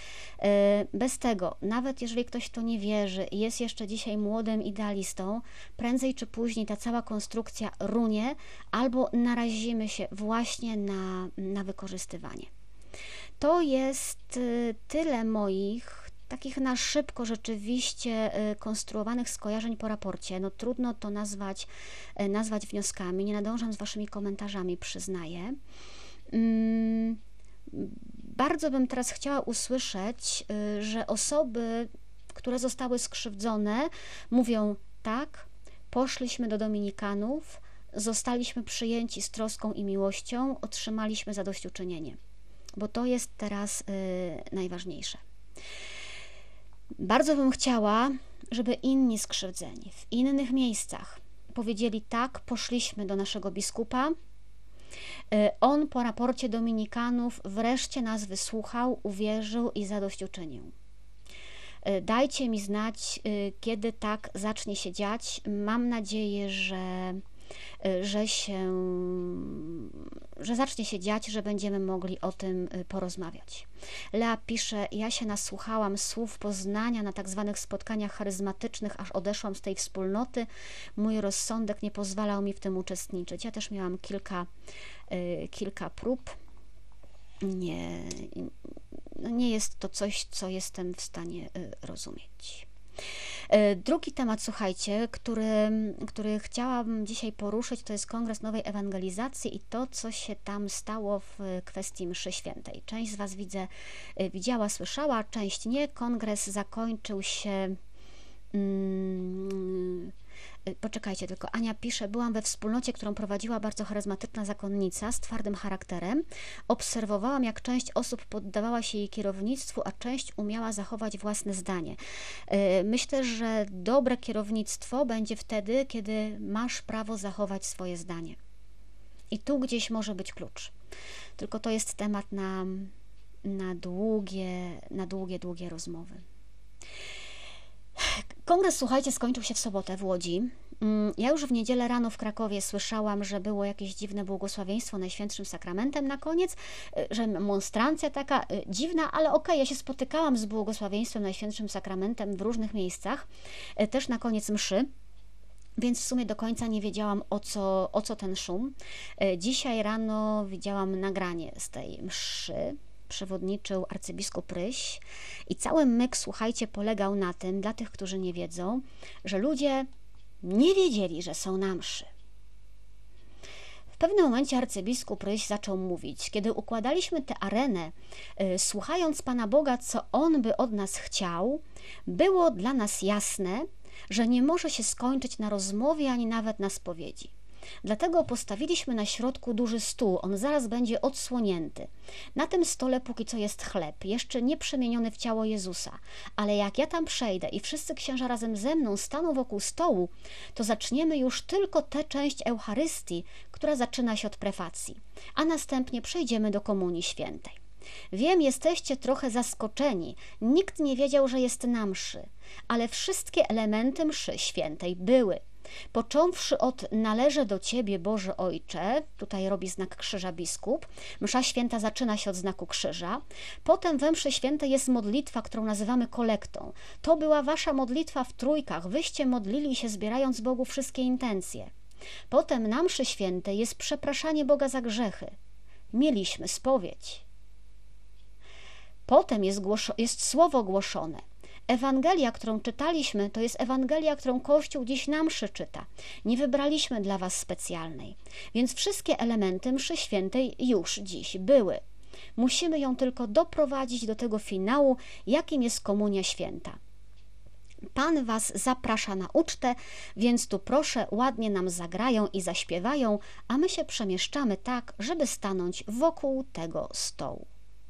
Bez tego, nawet jeżeli ktoś w to nie wierzy i jest jeszcze dzisiaj młodym idealistą, prędzej czy później ta cała konstrukcja runie albo narazimy się właśnie na, na wykorzystywanie. To jest tyle moich takich na szybko rzeczywiście konstruowanych skojarzeń po raporcie. No trudno to nazwać, nazwać wnioskami, nie nadążam z waszymi komentarzami, przyznaję. Hmm. Bardzo bym teraz chciała usłyszeć, że osoby, które zostały skrzywdzone, mówią tak, poszliśmy do dominikanów, zostaliśmy przyjęci z troską i miłością, otrzymaliśmy zadośćuczynienie, bo to jest teraz y, najważniejsze. Bardzo bym chciała, żeby inni skrzywdzeni w innych miejscach powiedzieli tak, poszliśmy do naszego biskupa, on po raporcie dominikanów wreszcie nas wysłuchał, uwierzył i zadośćuczynił. Dajcie mi znać, kiedy tak zacznie się dziać. Mam nadzieję, że, że, się, że zacznie się dziać, że będziemy mogli o tym porozmawiać. Lea pisze, ja się nasłuchałam słów poznania na tak zwanych spotkaniach charyzmatycznych, aż odeszłam z tej wspólnoty. Mój rozsądek nie pozwalał mi w tym uczestniczyć. Ja też miałam kilka, kilka prób. Nie, no nie jest to coś, co jestem w stanie rozumieć. Drugi temat, słuchajcie, który, który chciałam dzisiaj poruszyć, to jest Kongres Nowej Ewangelizacji i to, co się tam stało w kwestii mszy świętej. Część z was, widzę, widziała, słyszała, część nie. Kongres zakończył się... Hmm, Poczekajcie tylko, Ania pisze, byłam we wspólnocie, którą prowadziła bardzo charyzmatyczna zakonnica z twardym charakterem. Obserwowałam, jak część osób poddawała się jej kierownictwu, a część umiała zachować własne zdanie. Myślę, że dobre kierownictwo będzie wtedy, kiedy masz prawo zachować swoje zdanie. I tu gdzieś może być klucz. Tylko to jest temat na, na długie, na długie, długie rozmowy. Kongres, słuchajcie, skończył się w sobotę w Łodzi. Ja już w niedzielę rano w Krakowie słyszałam, że było jakieś dziwne błogosławieństwo Najświętszym Sakramentem na koniec, że monstrancja taka dziwna, ale okej, okay, ja się spotykałam z błogosławieństwem Najświętszym Sakramentem w różnych miejscach, też na koniec mszy. Więc w sumie do końca nie wiedziałam, o co, o co ten szum. Dzisiaj rano widziałam nagranie z tej mszy. Przewodniczył arcybiskup Ryś i cały myk, słuchajcie, polegał na tym, dla tych, którzy nie wiedzą, że ludzie nie wiedzieli, że są na mszy. W pewnym momencie arcybiskup Ryś zaczął mówić, kiedy układaliśmy tę arenę, yy, słuchając Pana Boga, co On by od nas chciał, było dla nas jasne, że nie może się skończyć na rozmowie, ani nawet na spowiedzi. Dlatego postawiliśmy na środku duży stół, on zaraz będzie odsłonięty. Na tym stole póki co jest chleb, jeszcze nie przemieniony w ciało Jezusa, ale jak ja tam przejdę i wszyscy księża razem ze mną staną wokół stołu, to zaczniemy już tylko tę część Eucharystii, która zaczyna się od prefacji, a następnie przejdziemy do Komunii Świętej. Wiem, jesteście trochę zaskoczeni, nikt nie wiedział, że jest na mszy, ale wszystkie elementy mszy świętej były. Począwszy od należę do Ciebie, Boże Ojcze, tutaj robi znak krzyża biskup, msza święta zaczyna się od znaku krzyża, potem we mszy świętej jest modlitwa, którą nazywamy kolektą. To była wasza modlitwa w trójkach, wyście modlili się zbierając Bogu wszystkie intencje. Potem na mszy świętej jest przepraszanie Boga za grzechy. Mieliśmy spowiedź. Potem jest, głos- jest słowo głoszone. Ewangelia, którą czytaliśmy, to jest Ewangelia, którą Kościół dziś na mszy czyta. Nie wybraliśmy dla was specjalnej. Więc wszystkie elementy mszy świętej już dziś były. Musimy ją tylko doprowadzić do tego finału, jakim jest Komunia Święta. Pan Was zaprasza na ucztę, więc tu proszę, ładnie nam zagrają i zaśpiewają, a my się przemieszczamy tak, żeby stanąć wokół tego stołu.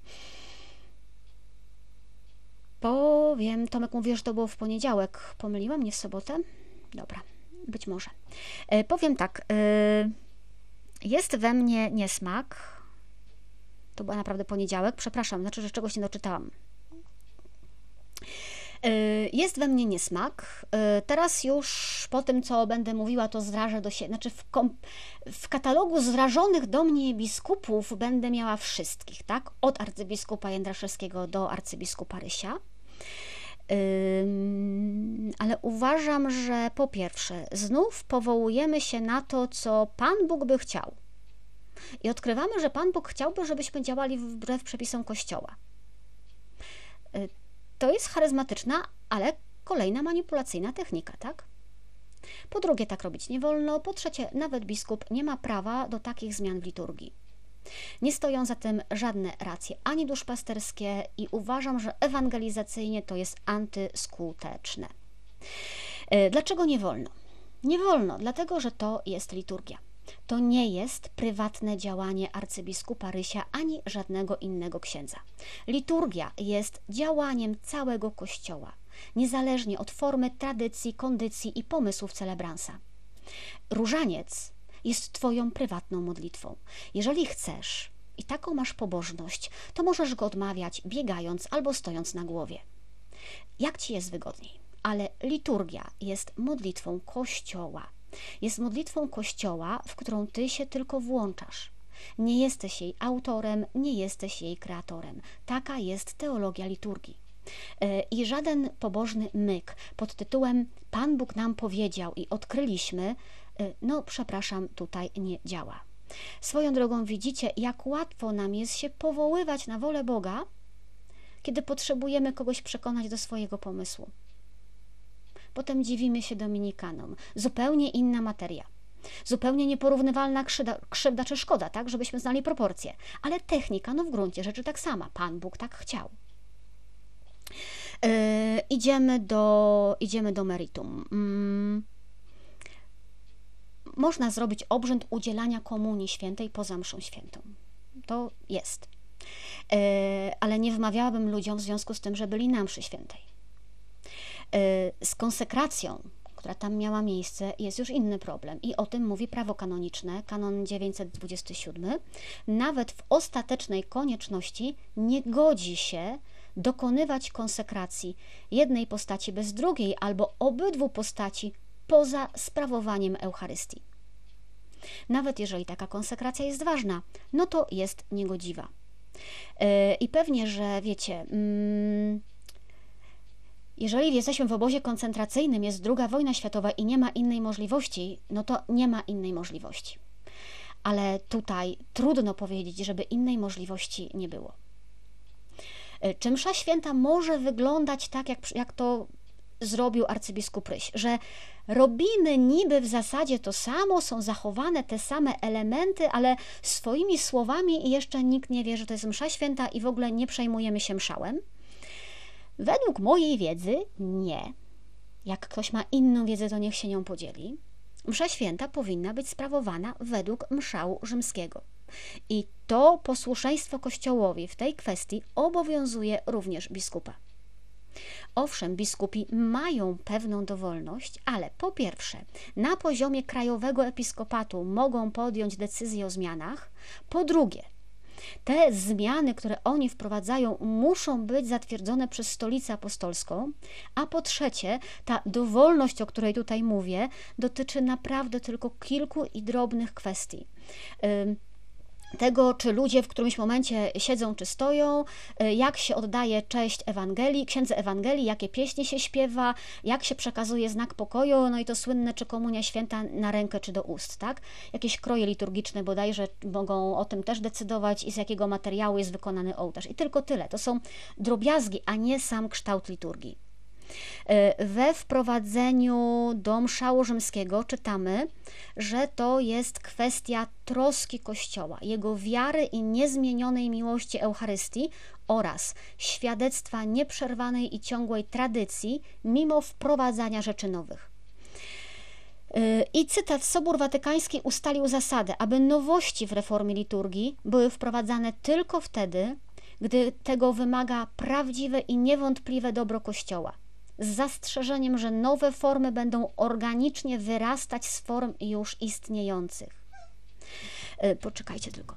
Powiem, Tomek mówił, że to było w poniedziałek. Pomyliła mnie w sobotę? Dobra, być może. E, powiem tak, e, jest we mnie niesmak. To była naprawdę poniedziałek, przepraszam, znaczy, że czegoś nie doczytałam. Jest we mnie niesmak. Teraz już po tym, co będę mówiła, to zrażę do siebie. Znaczy w, w katalogu zrażonych do mnie biskupów będę miała wszystkich, tak? Od arcybiskupa Jędraszewskiego do arcybiskupa Rysia. Ym, ale uważam, że po pierwsze, znów powołujemy się na to, co Pan Bóg by chciał. I odkrywamy, że Pan Bóg chciałby, żebyśmy działali wbrew przepisom Kościoła. Yy, To jest charyzmatyczna, ale kolejna manipulacyjna technika, tak? Po drugie, tak robić nie wolno. Po trzecie, nawet biskup nie ma prawa do takich zmian w liturgii. Nie stoją za tym żadne racje, ani duszpasterskie i uważam, że ewangelizacyjnie to jest antyskuteczne. Dlaczego nie wolno? Nie wolno, dlatego że to jest liturgia. To nie jest prywatne działanie arcybiskupa Rysia ani żadnego innego księdza. Liturgia jest działaniem całego Kościoła, niezależnie od formy, tradycji, kondycji i pomysłów celebransa. Różaniec jest Twoją prywatną modlitwą. Jeżeli chcesz i taką masz pobożność, to możesz go odmawiać biegając albo stojąc na głowie. Jak Ci jest wygodniej? Ale liturgia jest modlitwą Kościoła. Jest modlitwą Kościoła, w którą Ty się tylko włączasz. Nie jesteś jej autorem, nie jesteś jej kreatorem. Taka jest teologia liturgii. I żaden pobożny myk pod tytułem Pan Bóg nam powiedział i odkryliśmy, no przepraszam, tutaj nie działa. Swoją drogą widzicie, jak łatwo nam jest się powoływać na wolę Boga, kiedy potrzebujemy kogoś przekonać do swojego pomysłu. Potem dziwimy się dominikanom. Zupełnie inna materia. Zupełnie nieporównywalna krzywda, krzywda czy szkoda, tak? Żebyśmy znali proporcje. Ale technika, no w gruncie rzeczy tak sama. Pan Bóg tak chciał. Yy, idziemy, do, idziemy do meritum. Yy. Można zrobić obrzęd udzielania komunii świętej poza mszą świętą. To jest. Yy, ale nie wmawiałabym ludziom w związku z tym, że byli na mszy świętej. Z konsekracją, która tam miała miejsce, jest już inny problem i o tym mówi prawo kanoniczne, kanon dziewięćset dwudziesty siódmy. Nawet w ostatecznej konieczności nie godzi się dokonywać konsekracji jednej postaci bez drugiej albo obydwu postaci poza sprawowaniem Eucharystii. Nawet jeżeli taka konsekracja jest ważna, no to jest niegodziwa. I pewnie, że wiecie... Mm, Jeżeli jesteśmy w obozie koncentracyjnym, jest druga wojna światowa i nie ma innej możliwości, no to nie ma innej możliwości. Ale tutaj trudno powiedzieć, żeby innej możliwości nie było. Czy msza święta może wyglądać tak, jak, jak to zrobił arcybiskup Ryś, że robimy niby w zasadzie to samo, są zachowane te same elementy, ale swoimi słowami i jeszcze nikt nie wie, że to jest msza święta i w ogóle nie przejmujemy się mszałem? Według mojej wiedzy nie. Jak ktoś ma inną wiedzę, to niech się nią podzieli. Msza święta powinna być sprawowana według mszału rzymskiego. I to posłuszeństwo Kościołowi w tej kwestii obowiązuje również biskupa. Owszem, biskupi mają pewną dowolność, ale po pierwsze, na poziomie krajowego episkopatu mogą podjąć decyzję o zmianach. Po drugie, te zmiany, które oni wprowadzają, muszą być zatwierdzone przez Stolicę Apostolską, a po trzecie, ta dowolność, o której tutaj mówię, dotyczy naprawdę tylko kilku i drobnych kwestii. Tego, czy ludzie w którymś momencie siedzą, czy stoją, jak się oddaje cześć Ewangelii, księdze Ewangelii, jakie pieśni się śpiewa, jak się przekazuje znak pokoju, no i to słynne, czy komunia święta na rękę, czy do ust, tak? Jakieś kroje liturgiczne bodajże mogą o tym też decydować i z jakiego materiału jest wykonany ołtarz. I tylko tyle. To są drobiazgi, a nie sam kształt liturgii. We wprowadzeniu do mszału rzymskiego czytamy, że to jest kwestia troski Kościoła, jego wiary i niezmienionej miłości Eucharystii oraz świadectwa nieprzerwanej i ciągłej tradycji mimo wprowadzania rzeczy nowych. I cytat: Sobór Watykański ustalił zasadę, aby nowości w reformie liturgii były wprowadzane tylko wtedy, gdy tego wymaga prawdziwe i niewątpliwe dobro Kościoła, z zastrzeżeniem, że nowe formy będą organicznie wyrastać z form już istniejących. Poczekajcie tylko.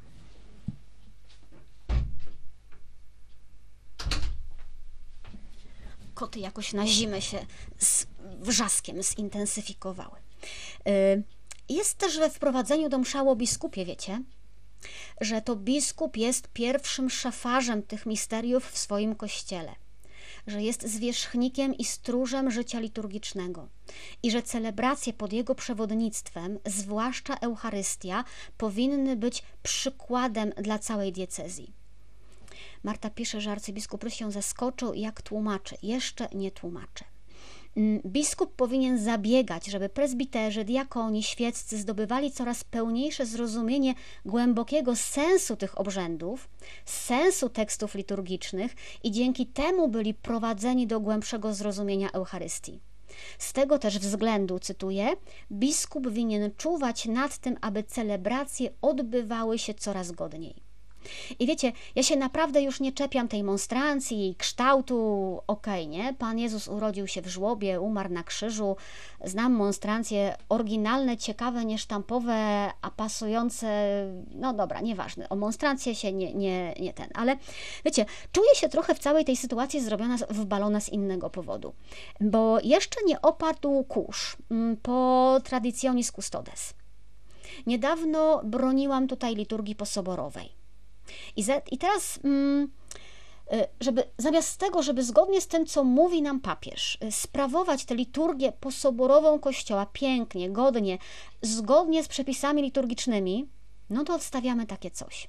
Koty jakoś na zimę się z wrzaskiem zintensyfikowały. Jest też we wprowadzeniu do mszału o biskupie, wiecie, że to biskup jest pierwszym szafarzem tych misteriów w swoim kościele, że jest zwierzchnikiem i stróżem życia liturgicznego i że celebracje pod jego przewodnictwem, zwłaszcza Eucharystia, powinny być przykładem dla całej diecezji. Marta pisze, że arcybiskup Rys się zaskoczył, jak tłumaczy. Jeszcze nie tłumaczę. Biskup powinien zabiegać, żeby prezbiterzy, diakoni, świeccy zdobywali coraz pełniejsze zrozumienie głębokiego sensu tych obrzędów, sensu tekstów liturgicznych i dzięki temu byli prowadzeni do głębszego zrozumienia Eucharystii. Z tego też względu, cytuję, biskup winien czuwać nad tym, aby celebracje odbywały się coraz godniej. I wiecie, ja się naprawdę już nie czepiam tej monstrancji, jej kształtu, okej, nie? Pan Jezus urodził się w żłobie, umarł na krzyżu, znam monstrancje oryginalne, ciekawe, niesztampowe, a pasujące, no dobra, nieważne, o monstrancję się nie, nie, nie ten, ale wiecie, czuję się trochę w całej tej sytuacji zrobiona w balona z innego powodu, bo jeszcze nie opadł kurz po traditionis custodes. Niedawno broniłam tutaj liturgii posoborowej. I, za, I teraz, żeby zamiast tego, żeby zgodnie z tym, co mówi nam papież, sprawować tę liturgię posoborową Kościoła pięknie, godnie, zgodnie z przepisami liturgicznymi, no to odstawiamy takie coś.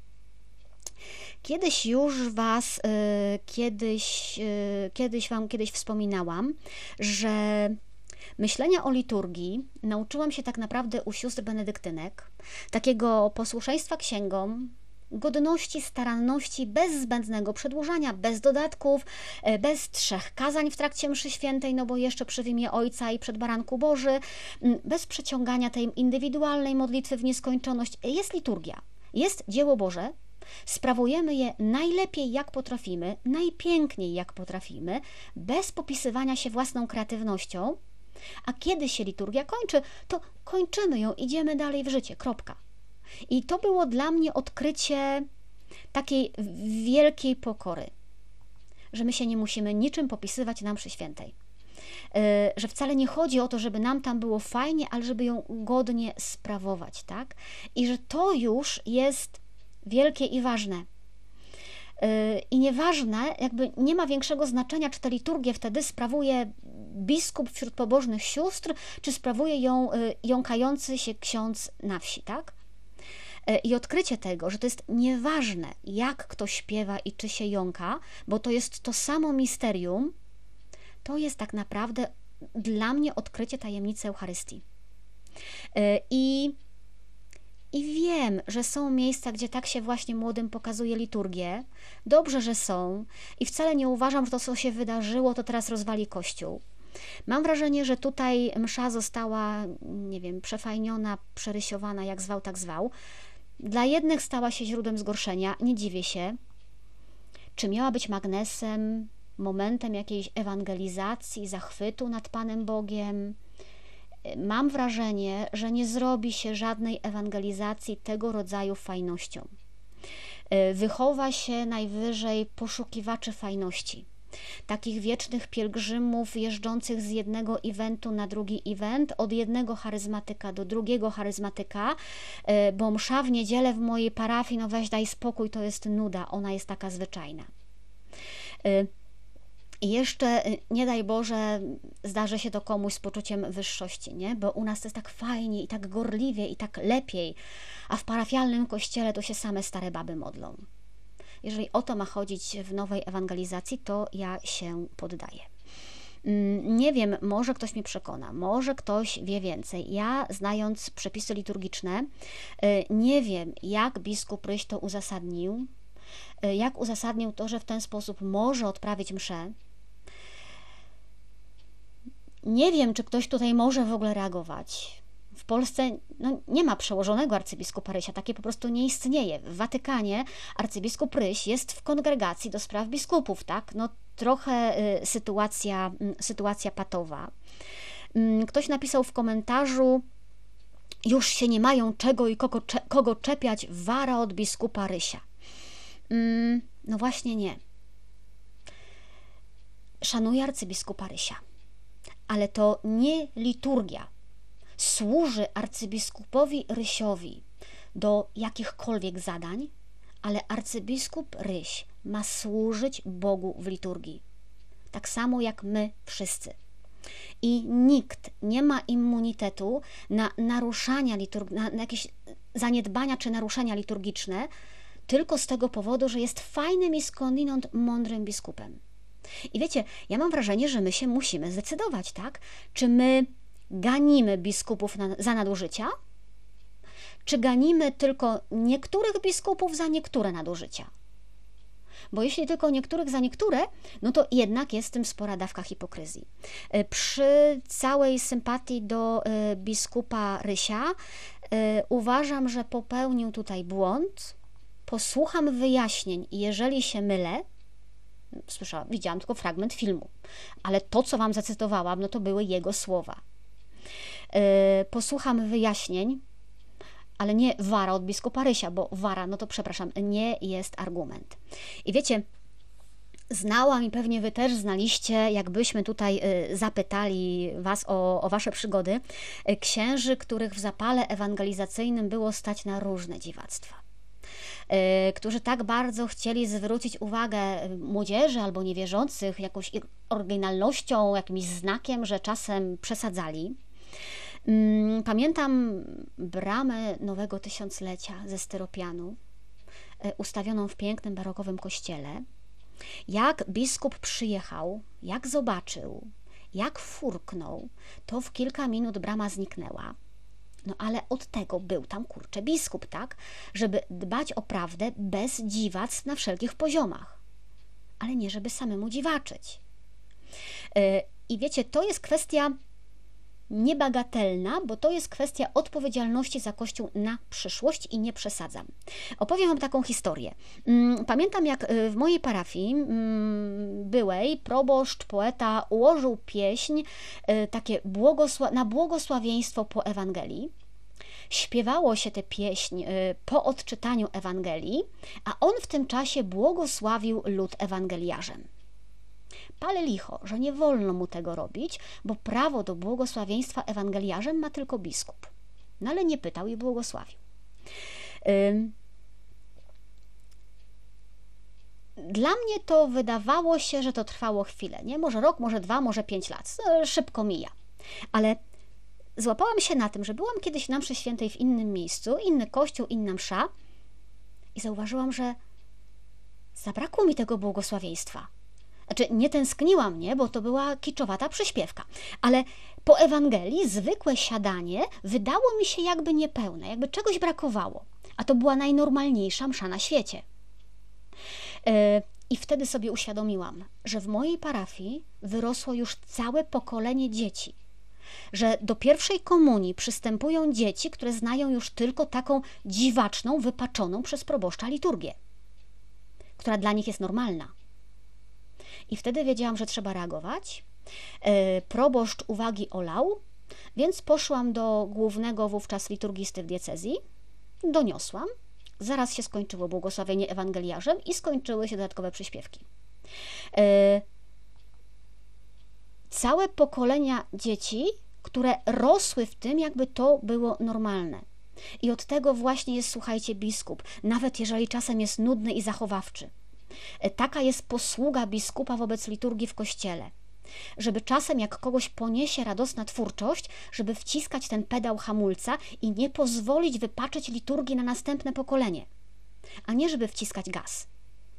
Kiedyś już Was, kiedyś, kiedyś Wam kiedyś wspominałam, że myślenia o liturgii nauczyłam się tak naprawdę u sióstr benedyktynek, takiego posłuszeństwa księgom, godności, staranności, bez zbędnego przedłużania, bez dodatków, bez trzech kazań w trakcie mszy świętej, no bo jeszcze przy w imię Ojca i przed baranku Boży, bez przeciągania tej indywidualnej modlitwy w nieskończoność. Jest liturgia, jest dzieło Boże, sprawujemy je najlepiej jak potrafimy, najpiękniej jak potrafimy, bez popisywania się własną kreatywnością, a kiedy się liturgia kończy, to kończymy ją, idziemy dalej w życie, kropka. I to było dla mnie odkrycie takiej wielkiej pokory, że my się nie musimy niczym popisywać na mszy świętej. Że wcale nie chodzi o to, żeby nam tam było fajnie, ale żeby ją godnie sprawować, tak? I że to już jest wielkie i ważne. I nieważne, jakby nie ma większego znaczenia, czy tę liturgię wtedy sprawuje biskup wśród pobożnych sióstr, czy sprawuje ją jąkający się ksiądz na wsi, tak? I odkrycie tego, że to jest nieważne, jak kto śpiewa i czy się jąka, bo to jest to samo misterium, to jest tak naprawdę dla mnie odkrycie tajemnicy Eucharystii. I, I wiem, że są miejsca, gdzie tak się właśnie młodym pokazuje liturgię. Dobrze, że są. I wcale nie uważam, że to, co się wydarzyło, to teraz rozwali Kościół. Mam wrażenie, że tutaj msza została, nie wiem, przefajniona, przerysiowana, jak zwał, tak zwał. Dla jednych stała się źródłem zgorszenia, nie dziwię się. Czy miała być magnesem, momentem jakiejś ewangelizacji, zachwytu nad Panem Bogiem? Mam wrażenie, że nie zrobi się żadnej ewangelizacji tego rodzaju fajnością. Wychowa się najwyżej poszukiwaczy fajności. Takich wiecznych pielgrzymów jeżdżących z jednego eventu na drugi event, od jednego charyzmatyka do drugiego charyzmatyka, bo msza w niedzielę w mojej parafii, no weź daj spokój, to jest nuda, ona jest taka zwyczajna. I jeszcze, nie daj Boże, zdarzy się to komuś z poczuciem wyższości, nie? Bo u nas to jest tak fajnie i tak gorliwie i tak lepiej, a w parafialnym kościele to się same stare baby modlą. Jeżeli o to ma chodzić w nowej ewangelizacji, to ja się poddaję. Nie wiem, może ktoś mnie przekona, może ktoś wie więcej. Ja, znając przepisy liturgiczne, nie wiem, jak biskup Ryś to uzasadnił, jak uzasadnił to, że w ten sposób może odprawić mszę. Nie wiem, czy ktoś tutaj może w ogóle reagować. W Polsce no, nie ma przełożonego arcybiskupa Rysia, takie po prostu nie istnieje. W Watykanie arcybiskup Ryś jest w kongregacji do spraw biskupów, tak? No trochę y, sytuacja, y, sytuacja patowa. Y, ktoś napisał w komentarzu: już się nie mają czego i kogo, cze, kogo czepiać, wara od biskupa Rysia. Y, no właśnie nie. Szanuję arcybiskupa Rysia, ale to nie liturgia służy arcybiskupowi Rysiowi do jakichkolwiek zadań, ale arcybiskup Ryś ma służyć Bogu w liturgii. Tak samo jak my wszyscy. I nikt nie ma immunitetu na naruszania liturg- na, na jakieś zaniedbania czy naruszenia liturgiczne tylko z tego powodu, że jest fajnym i skądinąd mądrym biskupem. I wiecie, ja mam wrażenie, że my się musimy zdecydować, tak? Czy my ganimy biskupów na, za nadużycia, czy ganimy tylko niektórych biskupów za niektóre nadużycia? Bo jeśli tylko niektórych za niektóre, no to jednak jest w tym spora dawka hipokryzji. Przy całej sympatii do y, biskupa Rysia y, uważam, że popełnił tutaj błąd. Posłucham wyjaśnień i jeżeli się mylę, słyszałam, widziałam tylko fragment filmu, ale to, co wam zacytowałam, no to były jego słowa. Yy, posłucham wyjaśnień, ale nie wara od biskupa Rysia, bo wara, no to przepraszam, nie jest argument. I wiecie, znałam i pewnie wy też znaliście, jakbyśmy tutaj y, zapytali was o, o wasze przygody, y, księży, których w zapale ewangelizacyjnym było stać na różne dziwactwa. Którzy tak bardzo chcieli zwrócić uwagę młodzieży albo niewierzących jakąś oryginalnością, jakimś znakiem, że czasem przesadzali. Pamiętam bramę Nowego Tysiąclecia ze styropianu, ustawioną w pięknym barokowym kościele. Jak biskup przyjechał, jak zobaczył, jak furknął, to w kilka minut brama zniknęła. No ale od tego był tam, kurczę, biskup, tak? Żeby dbać o prawdę bez dziwactw na wszelkich poziomach. Ale nie, żeby samemu dziwaczyć. Yy, I wiecie, to jest kwestia niebagatelna, bo to jest kwestia odpowiedzialności za Kościół na przyszłość i nie przesadzam. Opowiem wam taką historię. Pamiętam, jak w mojej parafii byłej proboszcz, poeta ułożył pieśń takie błogosła- na błogosławieństwo po Ewangelii. Śpiewało się tę pieśń po odczytaniu Ewangelii, a on w tym czasie błogosławił lud ewangeliarzem. Pale licho, że nie wolno mu tego robić, bo prawo do błogosławieństwa ewangeliarzem ma tylko biskup. No ale nie pytał i błogosławił. Ym... Dla mnie to wydawało się, że to trwało chwilę, nie? Może rok, może dwa, może pięć lat. Szybko mija. Ale złapałam się na tym, że byłam kiedyś na mszy świętej w innym miejscu, inny kościół, inna msza i zauważyłam, że zabrakło mi tego błogosławieństwa. Znaczy, nie tęskniłam, nie, bo to była kiczowata przyśpiewka, ale po Ewangelii zwykłe siadanie wydało mi się jakby niepełne, jakby czegoś brakowało, a to była najnormalniejsza msza na świecie. Yy, I wtedy sobie uświadomiłam, że w mojej parafii wyrosło już całe pokolenie dzieci, że do pierwszej komunii przystępują dzieci, które znają już tylko taką dziwaczną, wypaczoną przez proboszcza liturgię, która dla nich jest normalna. I wtedy wiedziałam, że trzeba reagować. Proboszcz uwagi olał, więc poszłam do głównego wówczas liturgisty w diecezji, doniosłam. Zaraz się skończyło błogosławienie ewangeliarzem i skończyły się dodatkowe przyśpiewki. Całe pokolenia dzieci, które rosły w tym, jakby to było normalne. I od tego właśnie jest, słuchajcie, biskup, nawet jeżeli czasem jest nudny i zachowawczy. Taka jest posługa biskupa wobec liturgii w kościele. Żeby czasem, jak kogoś poniesie radosna twórczość, żeby wciskać ten pedał hamulca i nie pozwolić wypaczyć liturgii na następne pokolenie, a nie żeby wciskać gaz.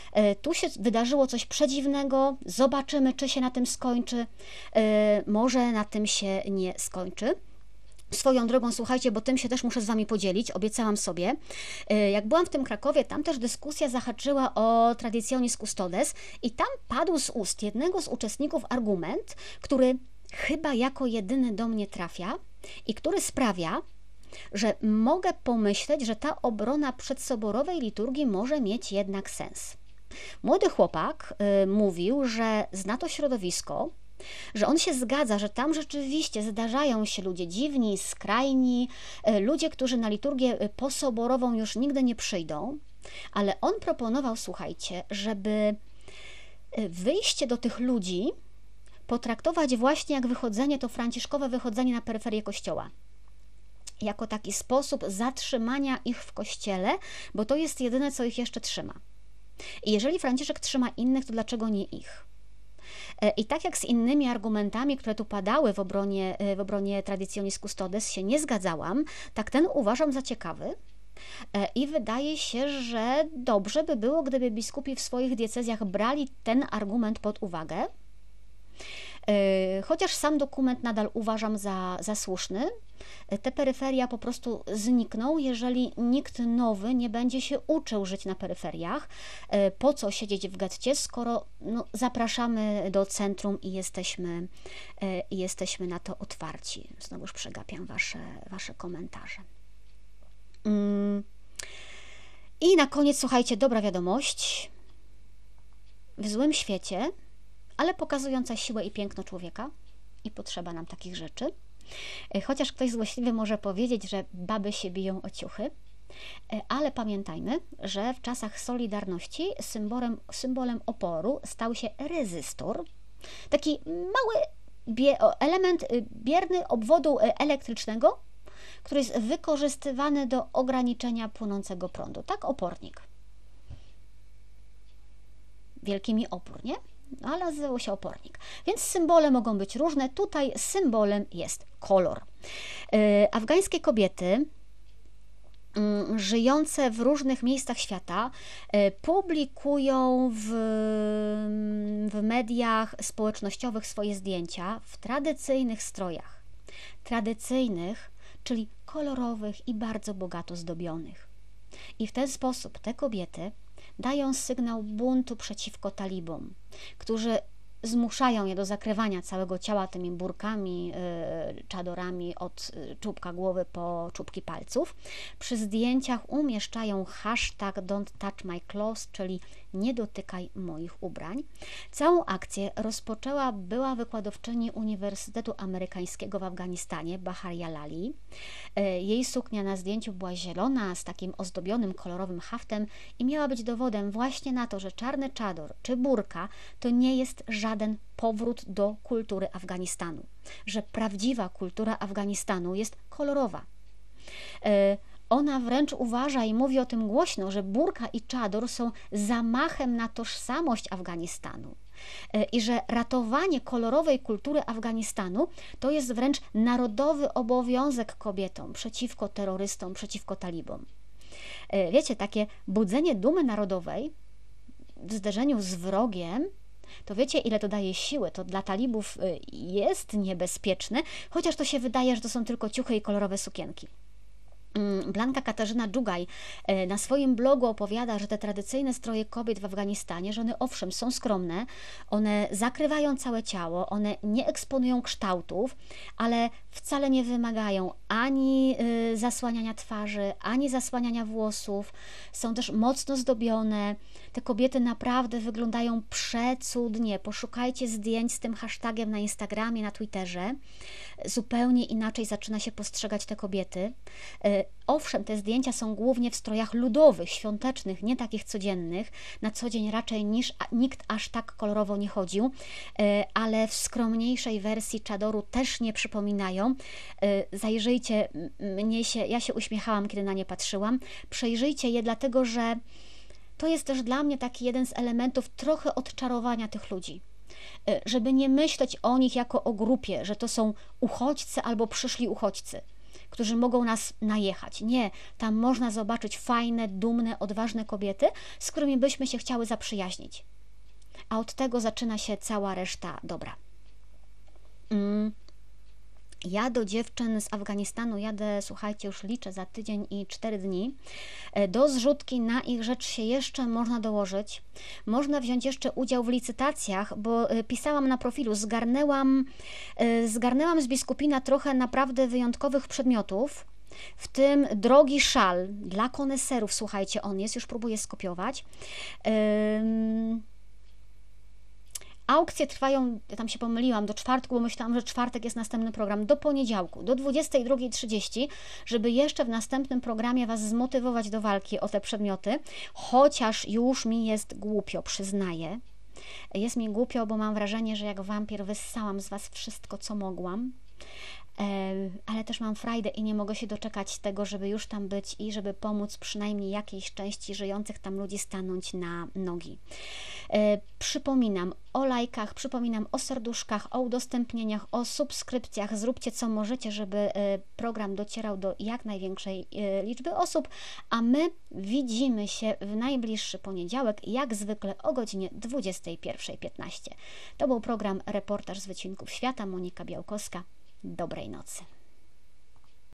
Tu się wydarzyło coś przedziwnego, zobaczymy, czy się na tym skończy, może na tym się nie skończy. Swoją drogą, słuchajcie, bo tym się też muszę z Wami podzielić, obiecałam sobie. Jak byłam w tym Krakowie, tam też dyskusja zahaczyła o Traditionis Custodes i tam padł z ust jednego z uczestników argument, który chyba jako jedyny do mnie trafia i który sprawia, że mogę pomyśleć, że ta obrona przedsoborowej liturgii może mieć jednak sens. Młody chłopak y, mówił, że zna to środowisko, że on się zgadza, że tam rzeczywiście zdarzają się ludzie dziwni, skrajni, y, ludzie, którzy na liturgię posoborową już nigdy nie przyjdą, ale on proponował, słuchajcie, żeby wyjście do tych ludzi potraktować właśnie jak wychodzenie, to franciszkowe wychodzenie na peryferię kościoła. Jako taki sposób zatrzymania ich w kościele, bo to jest jedyne, co ich jeszcze trzyma. I jeżeli Franciszek trzyma innych, to dlaczego nie ich? I tak jak z innymi argumentami, które tu padały w obronie, w obronie Traditionis Custodes się nie zgadzałam, tak ten uważam za ciekawy i wydaje się, że dobrze by było, gdyby biskupi w swoich diecezjach brali ten argument pod uwagę. Chociaż sam dokument nadal uważam za, za słuszny, te peryferia po prostu znikną, jeżeli nikt nowy nie będzie się uczył żyć na peryferiach. Po co siedzieć w getcie, skoro no, zapraszamy do centrum i jesteśmy, i jesteśmy na to otwarci. Znowuż przegapiam wasze, wasze komentarze. I na koniec, słuchajcie, dobra wiadomość. W złym świecie, ale pokazująca siłę i piękno człowieka i potrzeba nam takich rzeczy. Chociaż ktoś złośliwy może powiedzieć, że baby się biją o ciuchy, ale pamiętajmy, że w czasach Solidarności symbolem, symbolem oporu stał się rezystor, taki mały bie, element bierny obwodu elektrycznego, który jest wykorzystywany do ograniczenia płynącego prądu. Tak, opornik. Wielki mi opór, nie? No, ale nazywał się opornik. Więc symbole mogą być różne. Tutaj symbolem jest kolor. Yy, afgańskie kobiety yy, żyjące w różnych miejscach świata yy, publikują w, w mediach społecznościowych swoje zdjęcia w tradycyjnych strojach. Tradycyjnych, czyli kolorowych i bardzo bogato zdobionych. I w ten sposób te kobiety dają sygnał buntu przeciwko talibom, którzy zmuszają je do zakrywania całego ciała tymi burkami, yy, czadorami od yy, czubka głowy po czubki palców. Przy zdjęciach umieszczają hashtag Don't touch my clothes, czyli nie dotykaj moich ubrań. Całą akcję rozpoczęła była wykładowczyni Uniwersytetu Amerykańskiego w Afganistanie, Bahar Jalali. Yy, jej suknia na zdjęciu była zielona z takim ozdobionym kolorowym haftem i miała być dowodem właśnie na to, że czarny czador czy burka to nie jest żaden żaden powrót do kultury Afganistanu, że prawdziwa kultura Afganistanu jest kolorowa. Ona wręcz uważa i mówi o tym głośno, że burka i czador są zamachem na tożsamość Afganistanu i że ratowanie kolorowej kultury Afganistanu to jest wręcz narodowy obowiązek kobietom przeciwko terrorystom, przeciwko talibom. Wiecie, takie budzenie dumy narodowej w zderzeniu z wrogiem, to wiecie, ile to daje siły. To dla talibów jest niebezpieczne, chociaż to się wydaje, że to są tylko ciuchy i kolorowe sukienki. Blanka Katarzyna Dżugaj na swoim blogu opowiada, że te tradycyjne stroje kobiet w Afganistanie, że one owszem są skromne, one zakrywają całe ciało, one nie eksponują kształtów, ale wcale nie wymagają ani zasłaniania twarzy, ani zasłaniania włosów, są też mocno zdobione. Te kobiety naprawdę wyglądają przecudnie. Poszukajcie zdjęć z tym hashtagiem na Instagramie, na Twitterze. Zupełnie inaczej zaczyna się postrzegać te kobiety. Owszem, te zdjęcia są głównie w strojach ludowych, świątecznych, nie takich codziennych. Na co dzień raczej niż, nikt aż tak kolorowo nie chodził, ale w skromniejszej wersji czadoru też nie przypominają. Zajrzyjcie, mnie się, ja się uśmiechałam, kiedy na nie patrzyłam. Przejrzyjcie je, dlatego że to jest też dla mnie taki jeden z elementów trochę odczarowania tych ludzi. Żeby nie myśleć o nich jako o grupie, że to są uchodźcy albo przyszli uchodźcy. którzy mogą nas najechać. Nie, tam można zobaczyć fajne, dumne, odważne kobiety, z którymi byśmy się chciały zaprzyjaźnić. A od tego zaczyna się cała reszta dobra. Mm. Ja do dziewczyn z Afganistanu jadę, słuchajcie, już liczę za tydzień i cztery dni. Do zrzutki na ich rzecz się jeszcze można dołożyć. Można wziąć jeszcze udział w licytacjach, bo pisałam na profilu, zgarnęłam, zgarnęłam z biskupina trochę naprawdę wyjątkowych przedmiotów, w tym drogi szal dla koneserów, słuchajcie, on jest, już próbuję skopiować. Ym... Aukcje trwają, ja tam się pomyliłam, do czwartku, bo myślałam, że czwartek jest następny program, do poniedziałku, do dwudziestej drugiej trzydzieści, żeby jeszcze w następnym programie Was zmotywować do walki o te przedmioty, chociaż już mi jest głupio, przyznaję. Jest mi głupio, bo mam wrażenie, że jak wampir wyssałam z Was wszystko, co mogłam, ale też mam frajdę i nie mogę się doczekać tego, żeby już tam być i żeby pomóc przynajmniej jakiejś części żyjących tam ludzi stanąć na nogi. Przypominam o lajkach, przypominam o serduszkach, o udostępnieniach, o subskrypcjach. Zróbcie co możecie, żeby program docierał do jak największej liczby osób, a my widzimy się w najbliższy poniedziałek, jak zwykle o godzinie dwudziestej pierwszej piętnaście. To był program Reportaż z Wycinków Świata. Monika Białkowska. Dobrej nocy.